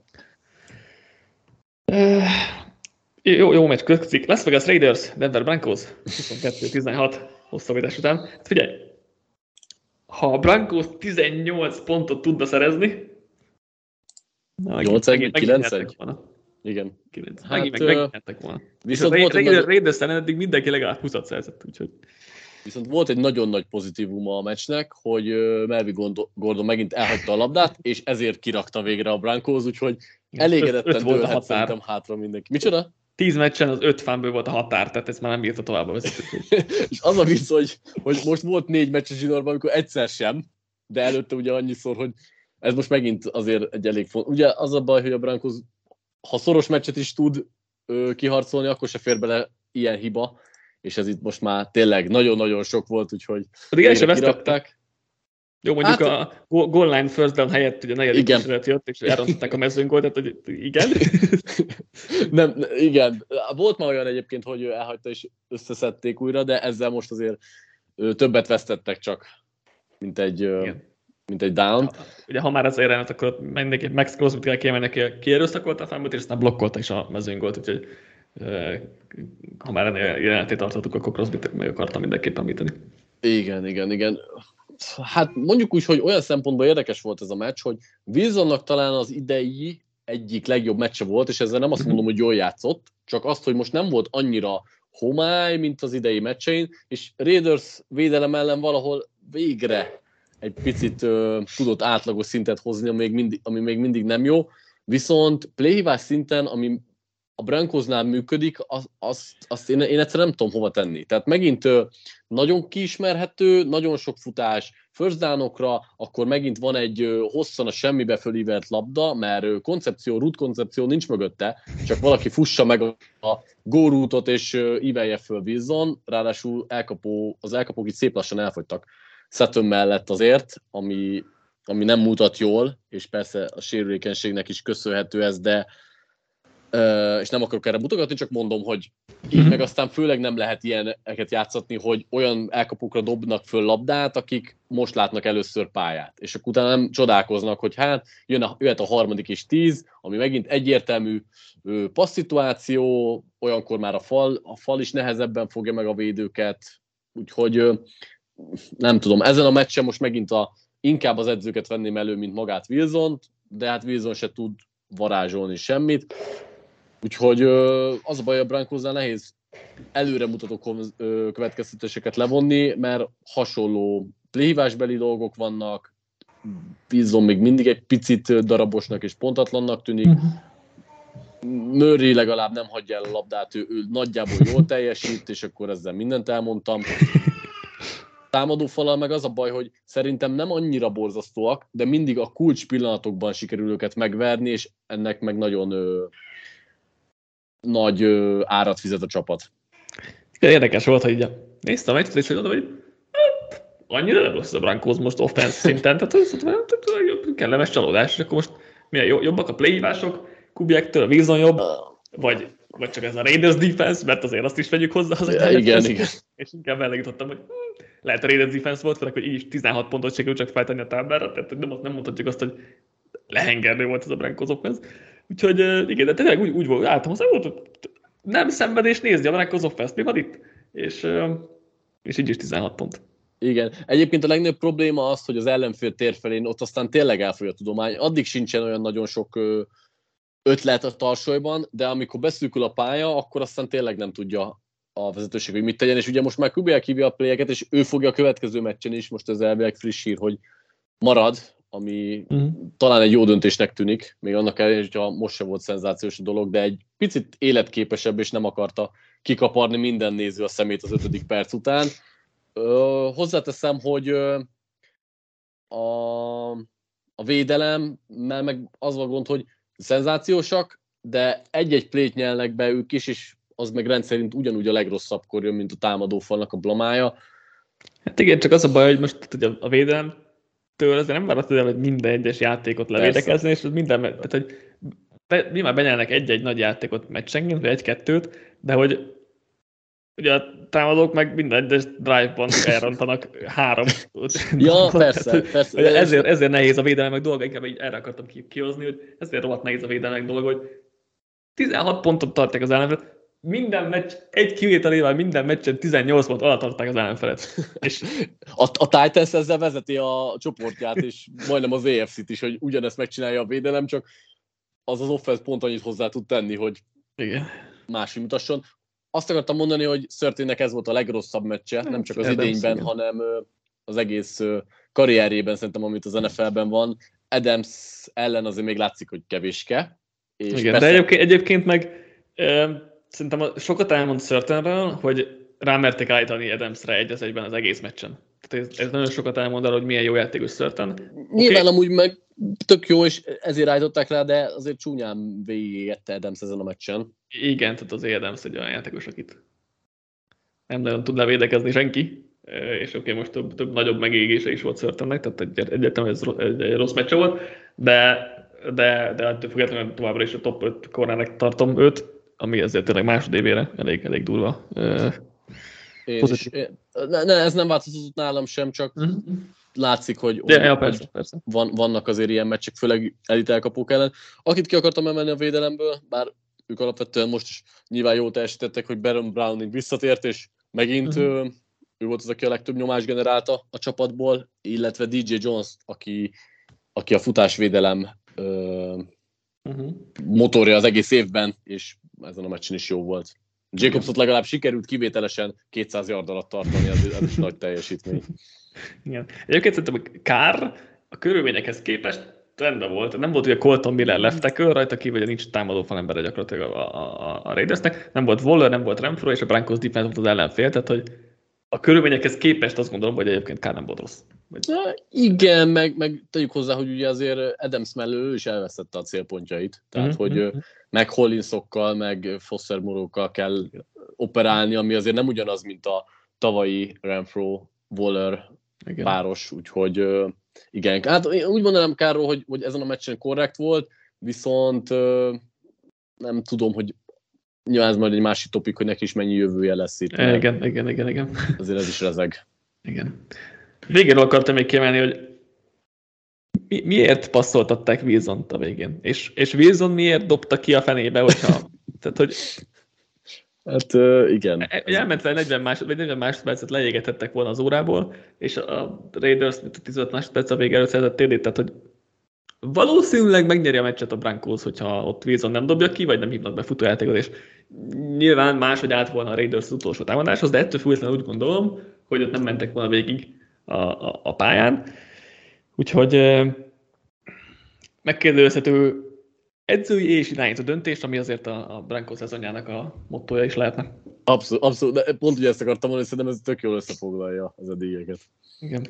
Jó meccs következik. Las Vegas Raiders, Denver Broncos, 22-16 hosszabbítás után. Hát figyelj, ha a Broncos 18 pontot tudna szerezni, 8-9? Igen. Megnyertek volna. Viszont Raiders-en eddig mindenki legalább 20-at szerzett, úgyhogy... Viszont volt egy nagyon nagy pozitívuma a meccsnek, hogy Melvin Gordon megint elhagyta a labdát, és ezért kirakta végre a Broncos, úgyhogy elégedetten dőlhet szerintem hátra mindenki. Micsoda? 10 meccsen az 5 fumble volt a határ, tehát ezt már nem bírta tovább a vezető. És az a vicc, hogy most volt 4 meccs a zsinórban, amikor egyszer sem, de előtte ugye annyiszor, hogy ez most megint azért egy elég fontos. Ugye az a baj, hogy a Broncos, ha szoros meccset is tud kiharcolni, akkor se fér bele ilyen hiba, és ez itt most már tényleg nagyon-nagyon sok volt, úgyhogy kirakták. Jó, mondjuk a goal line first down helyett ugye a 4. kísérlet jött, és elrontották a mezőnygólt, tehát hogy igen. Nem, igen. Volt már olyan egyébként, hogy elhagyta és összeszedték újra, de ezzel most azért többet vesztettek csak, mint egy down. Ugye ha már az érelmet, akkor mindenki Max Crosby-t kell kiemelni, aki kierőszakolta a fámot, és aztán blokkolta is a mezőnygólt, úgyhogy ha már ennél jelenetét tartottuk, akkor Crosby-t meg akartam mindenképp említeni. Igen. Hát mondjuk úgy, hogy olyan szempontból érdekes volt ez a meccs, hogy Wilsonnak talán az idei egyik legjobb meccse volt, és ezzel nem azt mondom, hogy jól játszott, csak azt, hogy most nem volt annyira homály, mint az idei meccsein, és Raiders védelem ellen valahol végre egy picit tudott átlagos szintet hozni, ami még mindig nem jó, viszont playhívás szinten, ami a Broncosnál működik, azt én egyszerűen nem tudom hova tenni. Tehát megint nagyon kiismerhető, nagyon sok futás first down-okra, akkor megint van egy hosszan a semmibe fölívelt labda, mert root koncepció nincs mögötte, csak valaki fussa meg a go rootot és ívelje föl Wilson, ráadásul az elkapók itt szép lassan elfogytak Sutton mellett azért, ami nem mutat jól, és persze a sérülékenységnek is köszönhető ez, de és nem akarok erre mutogatni, csak mondom, hogy így meg aztán főleg nem lehet ilyeneket játszatni, hogy olyan elkapókra dobnak föl labdát, akik most látnak először pályát. És akkor utána nem csodálkoznak, hogy hát jöhet a 3. és 10, ami megint egyértelmű passzituáció, olyankor már a fal is nehezebben fogja meg a védőket, úgyhogy nem tudom, ezen a meccsen most megint inkább az edzőket venném elő, mint magát Wilsont, de hát Wilson se tud varázsolni semmit. Úgyhogy az a baj, a Broncosnál nehéz előremutató következtetéseket levonni, mert hasonló playhívásbeli dolgok vannak, Wilson még mindig egy picit darabosnak és pontatlannak tűnik, Murray legalább nem hagyja el a labdát, ő nagyjából jól teljesít, és akkor ezzel mindent elmondtam. Támadófalal meg az a baj, hogy szerintem nem annyira borzasztóak, de mindig a kulcs pillanatokban sikerül őket megverni, és ennek meg nagyon nagy árat fizet a csapat. Érdekes volt, hogy néztem egy, és hogy annyira nem rossz a Broncos most offense szinten, tehát kellemes csalódás, és akkor most milyen jobbak a playhívások, Kubiaktől, Wilson jobb, vagy csak ez a Raiders defense, mert azért azt is vegyük hozzá. Igen. És inkább ellegítottam, hogy lehet a Raiders defense volt, főleg, hogy így is 16 pontot sikerült csak feltenni a táblára, tehát nem mondhatjuk azt, hogy lehengerlő volt ez a Broncos offense. Úgyhogy igen, de tényleg úgy volt, álltam hozzá, volt, nem szenvedés nézni a Broncos offense, mi van itt? És így is 16 pont. Igen. Egyébként a legnagyobb probléma az, hogy az ellenfél tér felén ott aztán tényleg elfogy a tudomány. Addig sincsen olyan nagyon sok ötlet a tarsolyban, de amikor beszűkül a pálya, akkor aztán tényleg nem tudja a vezetőség, hogy mit tegyen, és ugye most már Kubiak hívja a playeket, és ő fogja a következő meccsen is, most ez elvileg friss hír, hogy marad, ami talán egy jó döntésnek tűnik, még annak ellenére, hogyha most sem volt szenzációs a dolog, de egy picit életképesebb, és nem akarta kikaparni minden néző a szemét az 5. perc után. Hozzáteszem, hogy a védelemmel meg az van gond, hogy szenzációsak, de egy-egy plét nyelnek be ők is, és az meg rendszerint ugyanúgy a legrosszabbkor jön, mint a támadófalnak a blamája. Hát igen, csak az a baj, hogy most ugye a védelemtől azért nem várhatod el, hogy minden egyes játékot levédekezni, és minden, tehát hogy mi már benyelnek egy-egy nagy játékot meccsenként, vagy egy-kettőt, de hogy ugye a támadók meg minden egyes drive-ban elrontanak 3. Ja, persze. Ezért nehéz a védelmek dolga, inkább erre akartam kihozni, hogy ezért rohadt nehéz a védelmek dolga, hogy 16 pontot tartják az ellenfelet, minden meccs, egy kivételével minden meccsen 18 pont alatt tartják az ellenfelet. És a Titans ezzel vezeti a csoportját, és majdnem az AFC-t is, hogy ugyanezt megcsinálja a védelem, csak az offense pont annyit hozzá tud tenni, hogy igen. másik mutasson. Azt akartam mondani, hogy Surtainnek ez volt a legrosszabb meccse, nem csak az idényben, hanem az egész karrierjében szerintem, amit az NFL-ben van. Adams ellen azért még látszik, hogy kevéske. És igen, de egyébként meg szerintem sokat elmond Surtainről, hogy rámerték állítani Adamsre egy-egyben az egész meccsen. Tehát ez nagyon sokat elmond arra, hogy milyen jó játékos Surtain. Nyilván amúgy meg tök jó, és ezért állították rá, de azért csúnyán végigette Adams ezen a meccsen. Igen, tehát az Adams egy olyan játékos, akit nem nagyon tud levédekezni senki, és most több nagyobb megégése is volt Surtainnek, tehát egyértelműen ez egy rossz meccse volt, de ettől függetlenül továbbra is a top 5 cornernek tartom őt, ami ezért tényleg másodévére elég durva. Ez nem változott nálam sem, csak látszik, hogy persze. Vannak azért ilyen meccsek, főleg elit elkapók ellen. Akit ki akartam emelni a védelemből, bár ők alapvetően most is nyilván jól teljesítettek, hogy Baron Browning visszatért, és megint ő volt az, aki a legtöbb nyomást generálta a csapatból, illetve DJ Jones, aki a futásvédelem motorja az egész évben, és ezen a meccsen is jó volt. Jacobsot legalább sikerült kivételesen 200 yard alatt tartani, az is nagy teljesítmény. Igen. Egyébként szerintem Carr a körülményekhez képest rendben volt. Nem volt ugye Colton Miller left tackle, rajta kívül ugye nincs támadó falembere gyakorlatilag a Raidersnek. Nem volt Waller, nem volt Renfro, és a Broncos defense volt az ellenfél, tehát hogy a körülményekhez képest azt gondolom, hogy egyébként Carr nem volt rossz. Igen, meg tegyük hozzá, hogy ugye azért Adams mellől ő is elvesztette a célpontjait. Tehát, hogy meg Hollinsokkal, meg Foster Moreaukkal kell operálni, ami azért nem ugyanaz, mint a tavalyi Renfro-Waller páros, úgyhogy igen. Hát úgy mondanám Kárról, hogy ezen a meccsen korrekt volt, viszont nem tudom, hogy nyilván ez majd egy másik topik, hogy neki is mennyi jövője lesz itt. Igen. Azért ez is rezeg. Igen. Végén akartam még kiemelni, hogy miért passzoltatták Wilsont a végén? És Wilson miért dobta ki a fenébe, hogyha... Tehát, hogy... Hát igen. Elment vele 40 másodpercet leégethettek volna az órából, és a Raiders 15 másodperc a vége előtt szerzett TD-t, tehát hogy valószínűleg megnyeri a meccset a Broncos, hogyha ott Wilson nem dobja ki, vagy nem hívnak be futójátékot, és nyilván máshogy állt volna a Raiders utolsó támadáshoz, de ettől függetlenül úgy gondolom, hogy ott nem mentek volna végig a pályán. Úgyhogy megkérdőjelezhető edzői és irányító döntés, ami azért a Broncos szezonjának a mottója is lehetne. Abszolút, de pont ugye ezt akartam mondani, szerintem ez tök jól összefoglalja az eddigeket. Igen.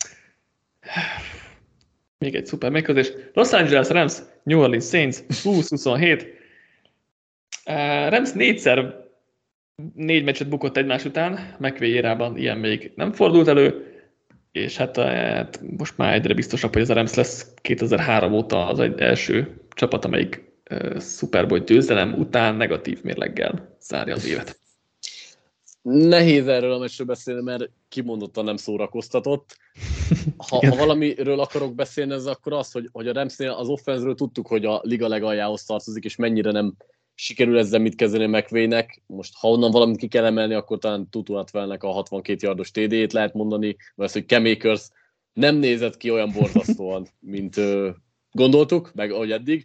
Még egy szuper megközelés. Los Angeles Rams, New Orleans Saints, 20-27. Rams 4 meccset bukott egymás után, McVay érában ilyen még nem fordult elő, és hát most már egyre biztosabb, hogy ez a Rams lesz 2003 óta az egy első csapat, amelyik Super Bowl győzelem után negatív mérleggel zárja az évet. Nehéz erről a meccsről beszélni, mert kimondottan nem szórakoztatott. Ha valamiről akarok beszélni, ez akkor az, hogy a Ramsnél az offense-ről tudtuk, hogy a liga legaljához tartozik, és mennyire nem sikerül ezzel mit kezdeni McVaynek. Most ha onnan valamit ki kell emelni, akkor talán Tutu Atwellnek a 62 yardos TD-t lehet mondani, vagy az, hogy Cam Akers nem nézett ki olyan borzasztóan, mint gondoltuk, meg ahogy eddig.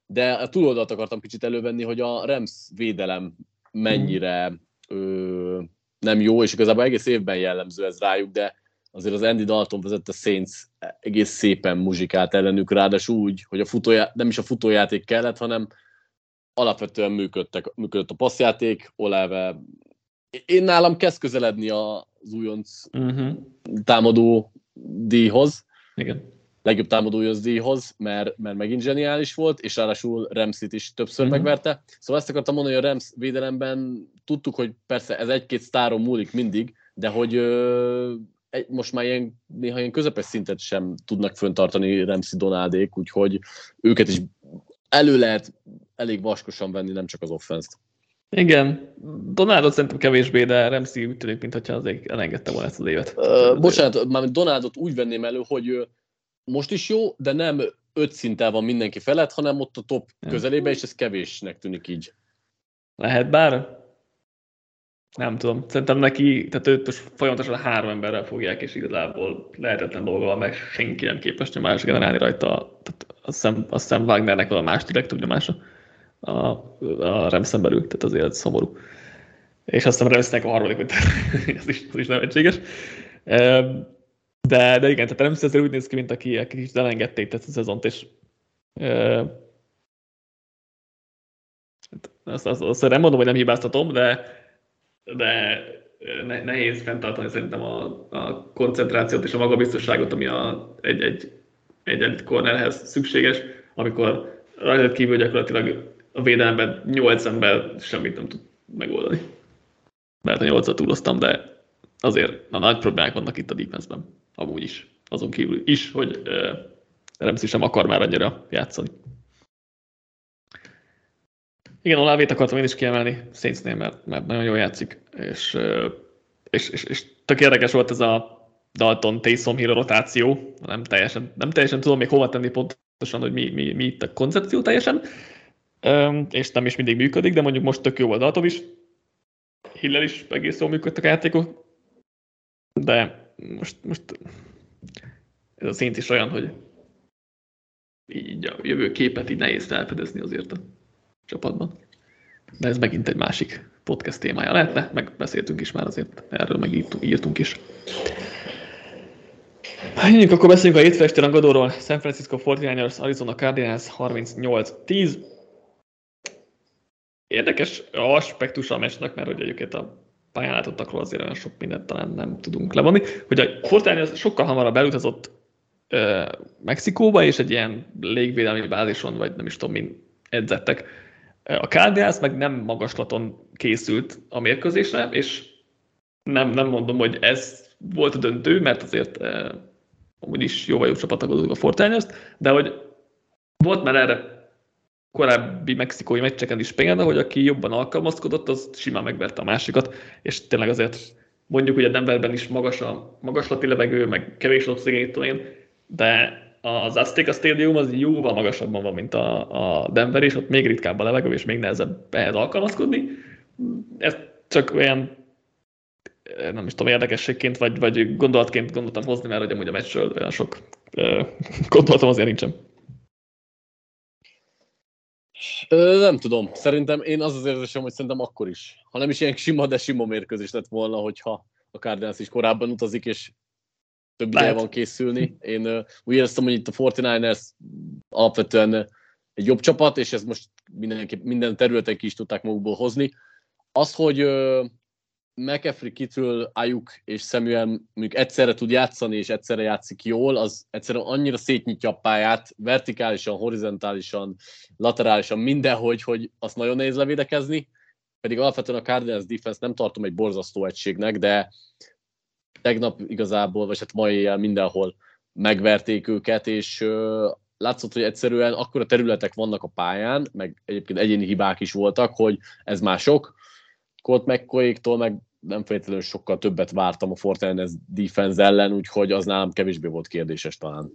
De a túloldalt akartam kicsit elővenni, hogy a Rams védelem mennyire nem jó, és igazából egész évben jellemző ez rájuk, de azért az Andy Dalton vezette Saints egész szépen muzsikált ellenük, ráadásul úgy, hogy nem is a futójáték kellett, hanem alapvetően működött a passzjáték, Olave. Én nálam kezd közeledni az újonc támadó díjhoz. Igen. Legjobb támadó díjhoz, mert megint zseniális volt, és ráadásul Ramsey-t is többször megverte. Szóval ezt akartam mondani, hogy a Rams védelemben tudtuk, hogy persze ez egy-két sztáron múlik mindig, de hogy most már néha ilyen közepes szintet sem tudnak föntartani Ramsey Donaldék, úgyhogy őket is elő lehet elég vaskosan venni, nem csak az offense-t. Igen, Donaldot szerintem kevésbé, de Ramsey úgy tűnik, mintha azért elengedte volna ezt az évet. Bocsánat, már Donaldot úgy venném elő, hogy most is jó, de nem 5 szinttel van mindenki felett, hanem ott a top közelébe, és ez kevésnek tűnik így. Lehet bár? Nem tudom. Szerintem neki, tehát őt most folyamatosan 3 emberrel fogják, és igazából lehetetlen dolga van, meg senki nem képes nyomást generálni rajta. Tehát azt hiszem Wagnernek van a más direktúr nyomása a Ramsen belül, tehát azért ez szomorú. És azt hiszem Ramsnek a harmadik, hogy ez is nevetséges. De igen, tehát Ramsey azért úgy néz ki, mint aki kicsit elengedték ezt a szezont, és azt nem mondom, hogy nem hibáztatom, de nehéz fenntartani szerintem a koncentrációt és a magabiztosságot, ami egy cornerhez szükséges, amikor rajtad kívül gyakorlatilag a védelemben 8 ember semmit nem tud megoldani. Mert a 8-at túloztam, de azért nagy problémák vannak itt a defense-ben. Amúgy is. Azon kívül is, hogy Ramsey sem akar már annyira játszani. Igen, Olávét akartam én is kiemelni Saintsnél, mert nagyon jól játszik, és tök érdekes volt ez a Dalton Taysom Hill rotáció, nem teljesen tudom még hova tenni pontosan, hogy mi itt a koncepció teljesen, és nem is mindig működik, de mondjuk most tök jó volt Dalton is, Hillel is egész jól működtek a játékok, de most ez a Saints is olyan, hogy így a jövő képet így nehéz felfedezni azért a csapatban. De ez megint egy másik podcast témája lehetne, meg beszéltünk is már azért, erről meg írtunk is. Menjünk, akkor beszéljünk a hétfő esti rangadóról. San Francisco 49ers, Arizona Cardinals 38-10. Érdekes aspektus a meccsnek, mert hogy egyébként a pályán látottakról azért olyan sok mindent talán nem tudunk levonni, hogy a 49ers sokkal hamarabb elutazott Mexikóba, és egy ilyen légvédelmi bázison, vagy nem is tudom, min edzettek. A Cardinals meg nem magaslaton készült a mérkőzésre, és nem mondom, hogy ez volt a döntő, mert azért amúgy is jóval jobb csapat tagadók a 49ers, de hogy volt már erre korábbi mexikói meccseken is példa, hogy aki jobban alkalmazkodott, az simán megverte a másikat, és tényleg azért mondjuk, hogy a Denverben is magas a magaslati levegő, meg kevés oxigén, de az Azteca Stadium az jóval magasabban van, mint a Denver, és ott még ritkább a levegő, és még nehezebb ehhez alkalmazkodni. Ez csak olyan, nem is tudom, érdekességként, vagy gondolatként gondoltam hozni, mert hogy amúgy a meccsről olyan sok gondolatom azért nincsen. Nem tudom. Szerintem én az érzésem, hogy szerintem akkor is. Ha nem is ilyen sima, de sima mérkőzés lett volna, hogyha a Cardinals is korábban utazik, és több ideje van készülni. Én úgy éreztem, hogy itt a 49ers alapvetően egy jobb csapat, és ez most minden területen ki is tudták magukból hozni. Az, hogy McCaffrey, Kittle, Ayuk és Samuel mondjuk egyszerre tud játszani, és egyszerre játszik jól, az egyszerűen annyira szétnyitja a pályát, vertikálisan, horizontálisan, laterálisan, mindenhogy, hogy azt nagyon nehéz levédekezni, pedig alapvetően a Cardinals defense nem tartom egy borzasztó egységnek, de tegnap igazából, vagy hát ma éjjel mindenhol megverték őket, és látszott, hogy egyszerűen akkora területek vannak a pályán, meg egyébként egyéni hibák is voltak, hogy ez már sok. Colt McCoy-tól meg nem feltétlenül sokkal többet vártam a 49ers defense ellen, úgyhogy az nálam kevésbé volt kérdéses talán.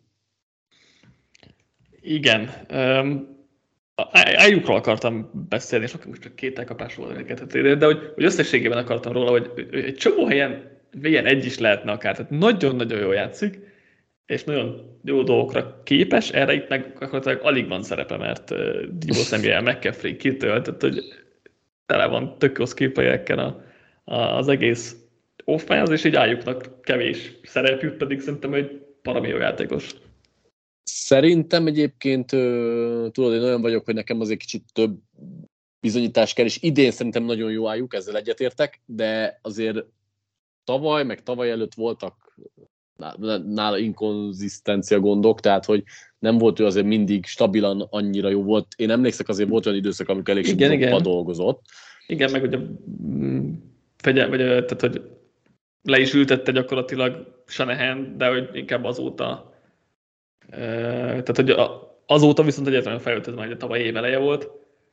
Igen. Ayukról akartam beszélni, és most csak 2 elkapásról volt, de hogy összességében akartam róla, hogy egy csomó helyen VN1 is lehetne akár, tehát nagyon-nagyon jól játszik, és nagyon jó dolgokra képes, erre itt meg gyakorlatilag alig van szerepe, mert Deebo Samuel, McCaffrey kitölt, tehát hogy tele van tök jó skillplayekkel az egész offense, és így Ayuknak kevés szerepjük, pedig szerintem egy parami jó játékos. Szerintem egyébként, tudod, én olyan vagyok, hogy nekem azért kicsit több bizonyítás kell, és idén szerintem nagyon jó Ayuk, ezzel egyetértek, de azért tavaly, meg tavaly előtt voltak nála inkonzisztencia gondok, tehát hogy nem volt ő azért mindig stabilan annyira jó volt. Én emlékszek, azért volt olyan időszak, amikor elég sok dolgozott. Igen, meg ugye tehát, hogy le is ültette gyakorlatilag Shanahan, de hogy inkább azóta tehát, hogy azóta viszont egyáltalán fejlődött, ez már ugye tavaly év eleje volt.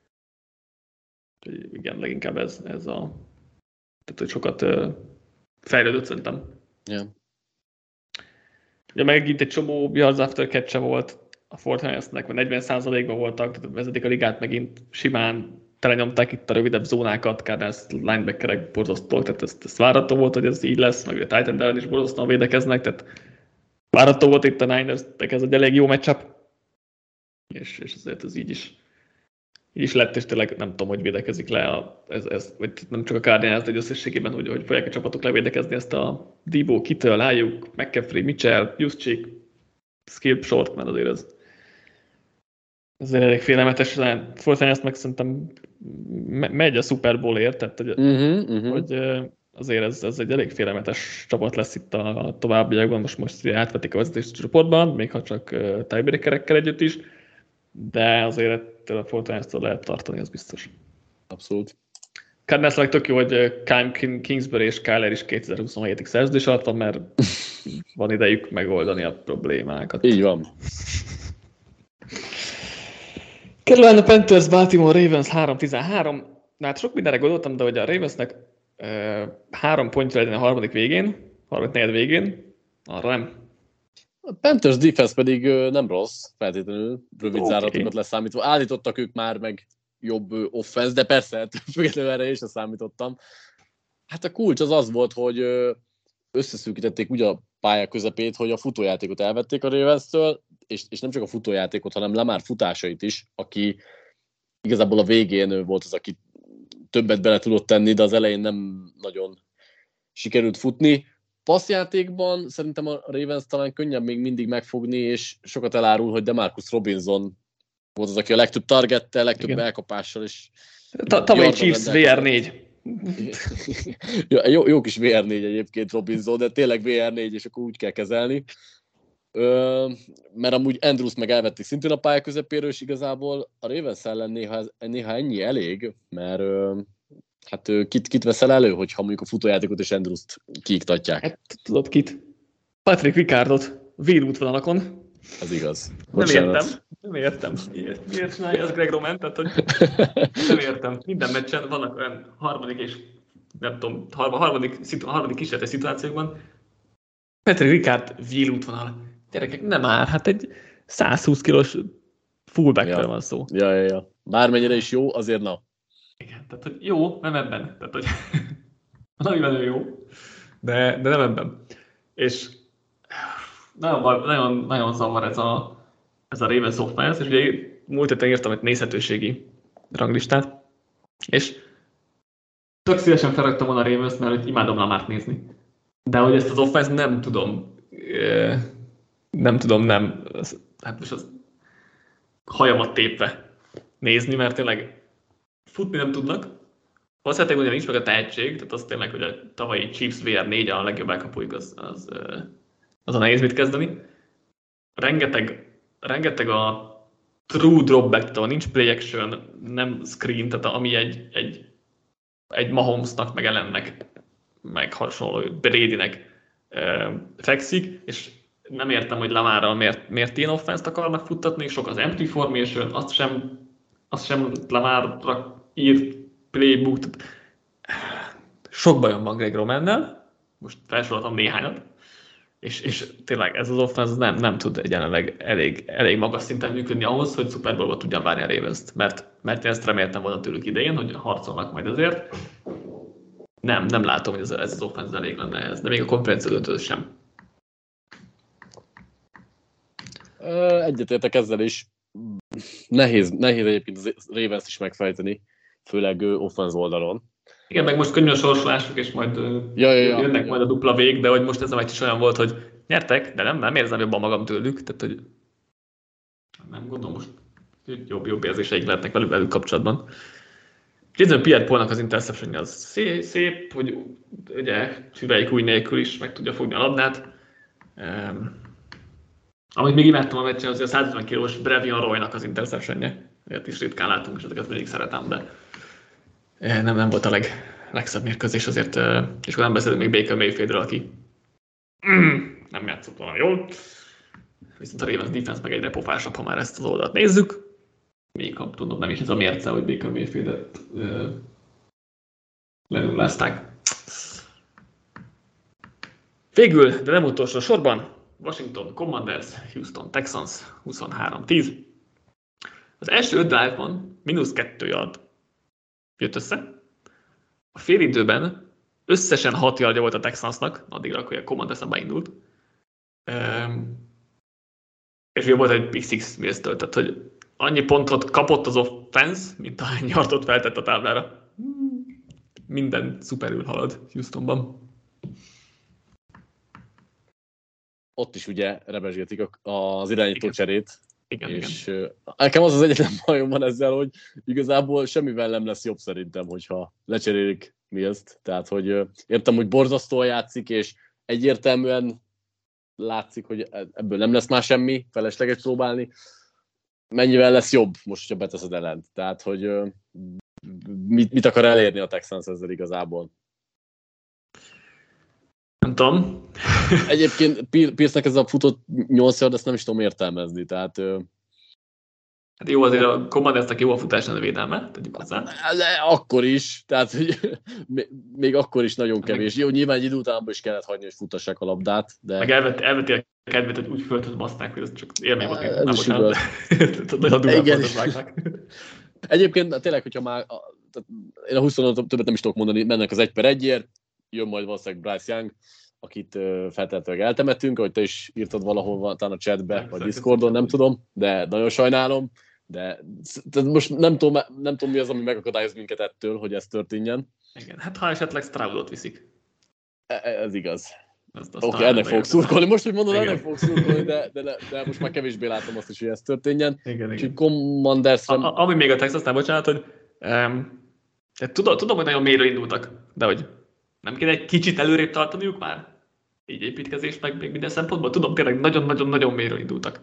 Igen, leginkább ez a tehát, hogy sokat fejlődött szerintem. Yeah. Ugye megint egy csomó yards after catch-e volt a Fortnite-nek, vagy 40%-ban voltak, tehát vezetik a ligát, megint simán telenyomták itt a rövidebb zónákat, Cardinals linebackerek borzasztóak, tehát ezt várható volt, hogy ez így lesz, meg a Titan ellen is borzasztóan védekeznek, tehát várható volt itt a Niners-nek ez egy elég jó matchup, és azért ez így is lett, és tényleg nem tudom, hogy védekezik le, vagy nem csak a Cardinals, de összességében, hogy fogják a csapatok levédekezni ezt a Deebo, Kittle, Ayuk, McCaffrey, Mitchell, Juszczyk, Skip Short, mert azért ez azért elég félelmetes, Fortnite meg szerintem megy a Super Bowl-ért, tehát hogy azért ez egy elég félelmetes csapat lesz itt a továbbiakban, most átvetik a vezetést a csoportban, még ha csak tiebreakerekkel együtt is, de azért ettől a Fortnite-től lehet tartani, az biztos. Abszolút. Cardinals tök jó, hogy Kyle Kingsbury és Kyler is 2027-ig szerződés alatt van, mert van idejük megoldani a problémákat. Így van. Carolina Panthers, Baltimore Ravens 3-13. Hát sok mindenre gondoltam, de hogy a Ravensnek 3 pontja legyen a harmadik negyed végén, arra nem. A Panthers defense pedig nem rossz, feltétlenül rövid záratokat leszámítva. Állítottak ők már meg jobb offense, de persze, függetlenül erre is számítottam. Hát a kulcs az volt, hogy összeszűkítették úgy a pálya közepét, hogy a futójátékot elvették a Ravens-től, és nem csak a futójátékot, hanem Lamar futásait is, aki igazából a végén volt az, aki többet bele tudott tenni, de az elején nem nagyon sikerült futni. Passzjátékban szerintem a Ravens talán könnyebb még mindig megfogni, és sokat elárul, hogy DeMarcus Robinson volt az, aki a legtöbb targettel, legtöbb elkapással, és tavalyi Chiefs VR4. jó kis VR4 egyébként Robinson, de tényleg VR4, és akkor úgy kell kezelni. Mert amúgy Andrews meg elvették szintén a pálya közepéről, és igazából a Ravens ellen néha ennyi elég, mert hát kit veszel elő, hogyha mondjuk a futójátékot és Andrews-t kiiktatják? Hát tudod kit? Patrick Ricardot vélútvonalakon. Ez igaz. Nem értem. Miért csinálja ez Greg Roman? Tehát, hogy nem értem. Minden meccsen vannak olyan harmadik és nem tudom, harmadik kísérletes szituációkban. Patrick Ricard vélútvonal. Gyerekek, nem áll. Hát egy 120 kilós fullbackről van szó. Ja. Bármennyire is jó, azért na. Igen, tehát hogy jó, nem ebben. Tehát, hogy nagyon jó, de nem ebben. És nagyon zavar ez a Ravens offense, és ugye múlt héten írtam egy nézhetőségi ranglistát, és tök szívesen felraktam volna a Ravens-t, mert imádom Lamart nézni. De hogy ezt az offense nem tudom, hát most az hajamat tépve nézni, mert tényleg futni nem tudnak. Azt szeretnék, hogy nincs meg a tehetség, tehát az tényleg, hogy a tavalyi Chiefs VR4 a legjobb elkapójuk, az a nehéz mit kezdeni. Rengeteg a true dropback, tehát ahol nincs play action, nem screen, tehát ami egy Mahomesnak, meg Allennek, meg hasonló Bradynek fekszik, és nem értem, hogy Lamarral miért ilyen offense-t akarnak futtatni, sok az empty formation, azt sem Lamarra írt playbook. Sok bajom van Greg Romannel, most felsoroltam néhányat, és tényleg ez az offense nem tud egyenleg elég magas szinten működni ahhoz, hogy Super Bowl-ba tudjan várni a Ravens-t, mert én ezt reméltem volna tőlük idején, hogy harcolnak majd azért. Nem látom, hogy ez az offense elég lenne ez, de még a konferencia döntő sem. Egyetértek ezzel is. Nehéz egyébként az Ravens is megfejteni, főleg offense oldalon. Igen, meg most könnyű a sorsolásuk, és majd jönnek majd a dupla vég, de hogy most ez a meccs is olyan volt, hogy nyertek, de nem érzem jobban magam tőlük, tehát hogy nem gondolom most, hogy jobb érzéseik lehetnek velük kapcsolatban. Jason Pierre-Paulnak az interception az szép, hogy ugye hüvelyik új nélkül is meg tudja fogni a labdát. Amit még imádtam a meccsen, az a 150 kilós Brevion Roy-nak az interceptionje. Ilyet is ritkán látunk, és ezeket mindig szeretem, de nem volt a legszebb mérkőzés azért, és akkor nem beszélünk még Baker Mayfieldről, aki nem játszott valami jól. Viszont a Ravens defense meg egyre pofásabb, ha már ezt az oldalt nézzük. Még ha tudom, nem is ez a mérce, hogy Baker Mayfieldet lenullázták. Végül, de nem utolsó sorban, Washington Commanders, Houston Texans 23-10. Az első 5 drive-ban -2 yard jött össze. A félidőben összesen 6 yardja volt a Texansnak, addigra akkor a Commanders-en beindult. És volt egy pick six Mills-től, tehát hogy annyi pontot kapott az offense, mint ahány yardot feltett a táblára. Minden szuperül halad Houstonban. Ott is ugye rebesgetik az irányító cserét. Igen. Nekem az egyetlen bajom van ezzel, hogy igazából semmivel nem lesz jobb szerintem, hogyha lecserélik Mills-t. Tehát, hogy értem, hogy borzasztóan játszik, és egyértelműen látszik, hogy ebből nem lesz már semmi, felesleges próbálni. Mennyivel lesz jobb most, hogyha beteszed ellent? Tehát, hogy mit akar elérni a Texans ezzel igazából? Nem tudom. Egyébként Pierce-nek ez a futott 8 yard, ezt nem is tudom értelmezni, tehát... Hát jó, azért a Commandersnek jó a futásán a védelme, tegyük hozzá. De akkor is, tehát hogy még akkor is nagyon kevés. Jó, nyilván egy idő után is kellett hagyni, hogy futassák a labdát, de... Meg elveti a kedvet, hogy úgy föltöz baszták, hogy ez csak élmény volt. Ez is igaz. Nagyon durván Egyébként tényleg, hogyha már... Én a 25 többet nem is tudok mondani, mennek az 1-1-ért, jön majd valószínűleg Bryce Young, akit feltétlenül eltemetünk, ahogy te is írtad valahol talán a chatbe, vagy Discordon, nem tudom, de nagyon sajnálom. De most nem tudom, mi az, ami megakadályoz minket ettől, hogy ez történjen. Igen, hát ha esetleg Stroudot viszik. Ez igaz. Oké, ennek fogok szurkolni. Most, hogy mondod, ennek fogok szurkolni, de most már kevésbé látom azt is, hogy ez történjen. Igen. Commanders... Ami még a Texasnál, bocsánat, hogy tudom, hogy nagyon mélyről indultak, de hogy nem kéne egy kicsit előrébb tartaniuk már? Így építkezés, meg minden szempontból. Tudom, tényleg nagyon-nagyon mélyről indultak.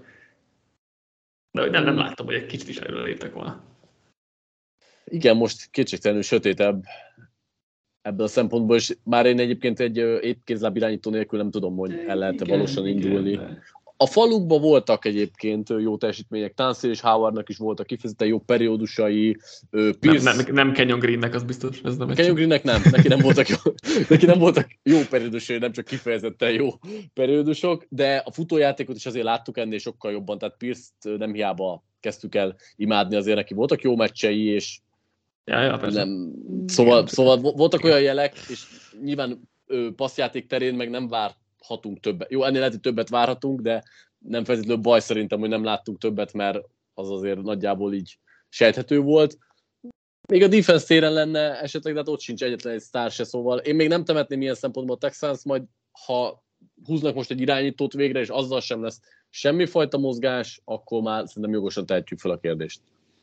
De hogy nem láttam, hogy egy kicsit is előre léptek volna. Igen, most kétségtelenül sötétebb ebből a szempontból, és bár én egyébként egy éppkézláb irányító nélkül nem tudom, hogy el lehet-e valósan indulni. A falukban voltak egyébként jó teljesítmények, Tanszér és Howardnak is voltak kifejezetten jó periódusai. Nem Kenyon Greennek, az biztos. Ez nem Kenyon Greennek nem, neki nem voltak jó periódusai, nem csak kifejezetten jó periódusok, de a futójátékot is azért láttuk ennél sokkal jobban, tehát Pierce-t nem hiába kezdtük el imádni, azért neki voltak jó meccsei, és nem. Szóval voltak olyan jelek, és nyilván passzjáték terén meg nem várhatunk többet. Jó, ennél lehet, hogy többet várhatunk, de nem feltétlenül baj szerintem, hogy nem láttunk többet, mert az azért nagyjából így sejthető volt. Még a defense téren lenne esetleg, de hát ott sincs egyetlen egy sztár se, szóval én még nem temetném ilyen szempontból a Texans, majd ha húznak most egy irányítót végre, és azzal sem lesz semmifajta mozgás, akkor már szerintem jogosan tehetjük fel a kérdést.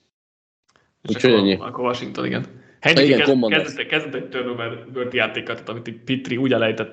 Akkor Washington, igen. Henry kezdett egy turnover játékat, amit Pitri úgy elejtett.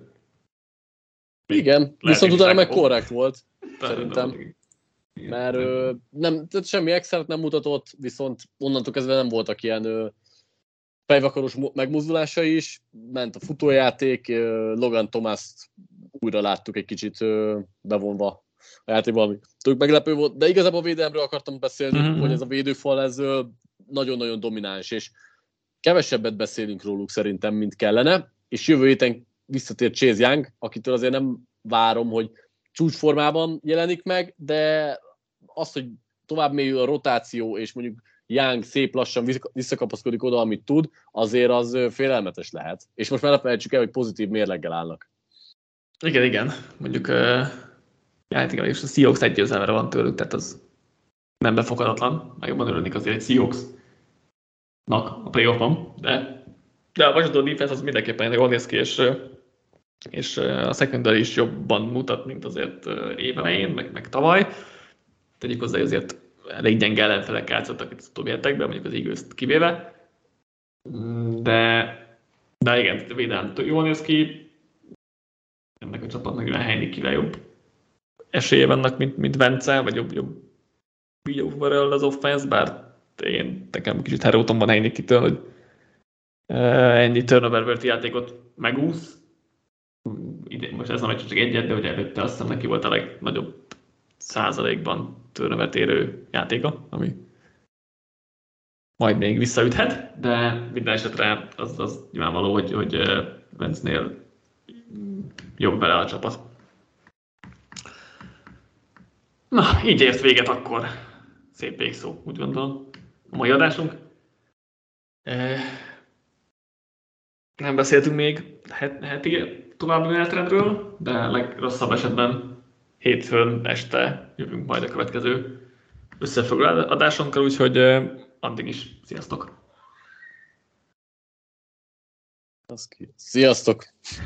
Igen, viszont utána meg korrekt volt, szerintem. Mert tehát semmi extra nem mutatott, viszont onnantól kezdve nem voltak ilyen fejvakaros megmozdulásai is, ment a futójáték, Logan Thomas-t újra láttuk egy kicsit bevonva a játékban, ami tök meglepő volt, de igazából a védelemről akartam beszélni, hogy ez a védőfal ez nagyon-nagyon domináns, és kevesebbet beszélünk róluk szerintem, mint kellene, és jövő héten visszatér Chase Young, akitől azért nem várom, hogy csúcsformában jelenik meg, de az, hogy tovább mélyül a rotáció, és mondjuk Young szép lassan visszakapaszkodik oda, amit tud, azért az félelmetes lehet. És most már ne felejtsük el, hogy pozitív mérleggel állnak. Igen. Mondjuk Hát igen, és a Seahawks egy győzelmre van tőlük, tehát az nem befogadatlan. Már jobban örülnék azért egy Seahawksnak a playoffban, de a Washington defense az mindenképpen jól néz ki, és a secondary is jobban mutat, mint azért évelején, meg tavaly. Tegyük hozzá, azért elég gyenge ellenfelek játszottak itt az utóbbi hetekben, mondjuk az Eagles-t kivéve. De igen, védelem jól néz ki. Ennek a csapatnak Heinickivel jobb esélye vannak, mint Vence, vagy jobb overall az offense, bár nekem kicsit heróton van Heinicki-től, hogy ennyi turnover játékot megúsz. Most ez a meccs csak egyet, de hogy előtte azt hiszem neki volt a legnagyobb százalékban turnover érő játéka, ami majd még visszaüthet, de minden esetre az nyilvánvaló, hogy Vence-nél jobb vele a csapat. Na, így ért véget akkor. Szép végszó, úgy gondolom. A mai adásunk. Nem beszéltünk még heti további menetrendről, de legrosszabb esetben hétfőn este jövünk majd a következő összefoglaló adásunkkal, úgyhogy addig is sziasztok! Sziasztok!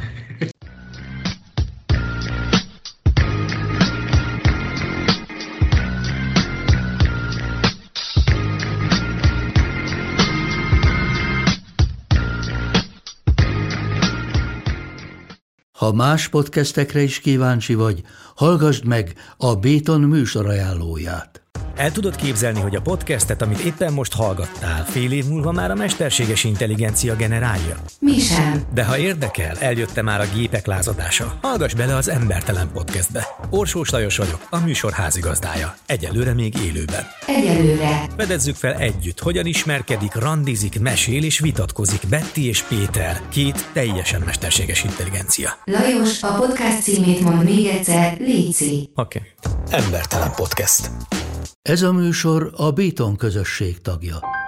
Ha más podcastekre is kíváncsi vagy, hallgassd meg a Béton műsor ajánlóját. El tudod képzelni, hogy a podcastet, amit éppen most hallgattál, fél év múlva már a mesterséges intelligencia generálja? Mi sem. De ha érdekel, eljött már a gépek lázadása. Hallgass bele az Embertelen Podcastbe. Orsós Lajos vagyok, a műsor házigazdája. Egyelőre még élőben. Egyelőre. Fedezzük fel együtt, hogyan ismerkedik, randizik, mesél és vitatkozik Betty és Péter, két teljesen mesterséges intelligencia. Lajos, a podcast címét mond még egyszer, léci. Oké. Embertelen Podcast. Ez a műsor a Béton közösség tagja.